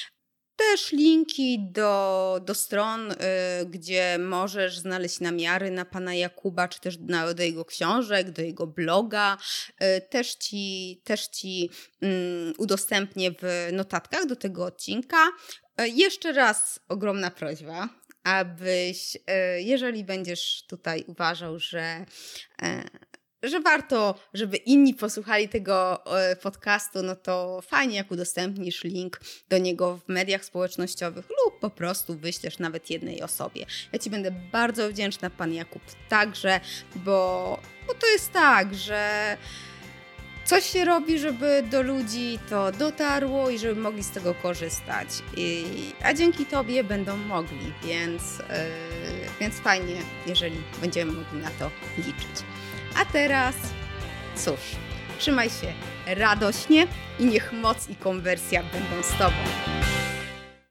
S1: Też linki do, do stron, y, gdzie możesz znaleźć namiary na pana Jakuba, czy też na, do jego książek, do jego bloga. Y, też ci, też ci y, udostępnię w notatkach do tego odcinka. Y, jeszcze raz ogromna prośba, abyś, y, jeżeli będziesz tutaj uważał, że... Y, że warto, żeby inni posłuchali tego podcastu, no to fajnie, jak udostępnisz link do niego w mediach społecznościowych lub po prostu wyślesz nawet jednej osobie. Ja Ci będę bardzo wdzięczna, Pan Jakub, także, bo, bo to jest tak, że coś się robi, żeby do ludzi to dotarło i żeby mogli z tego korzystać. I, a dzięki Tobie będą mogli, więc, yy, więc fajnie, jeżeli będziemy mogli na to liczyć. A teraz, cóż, trzymaj się radośnie i niech moc i konwersja będą z Tobą.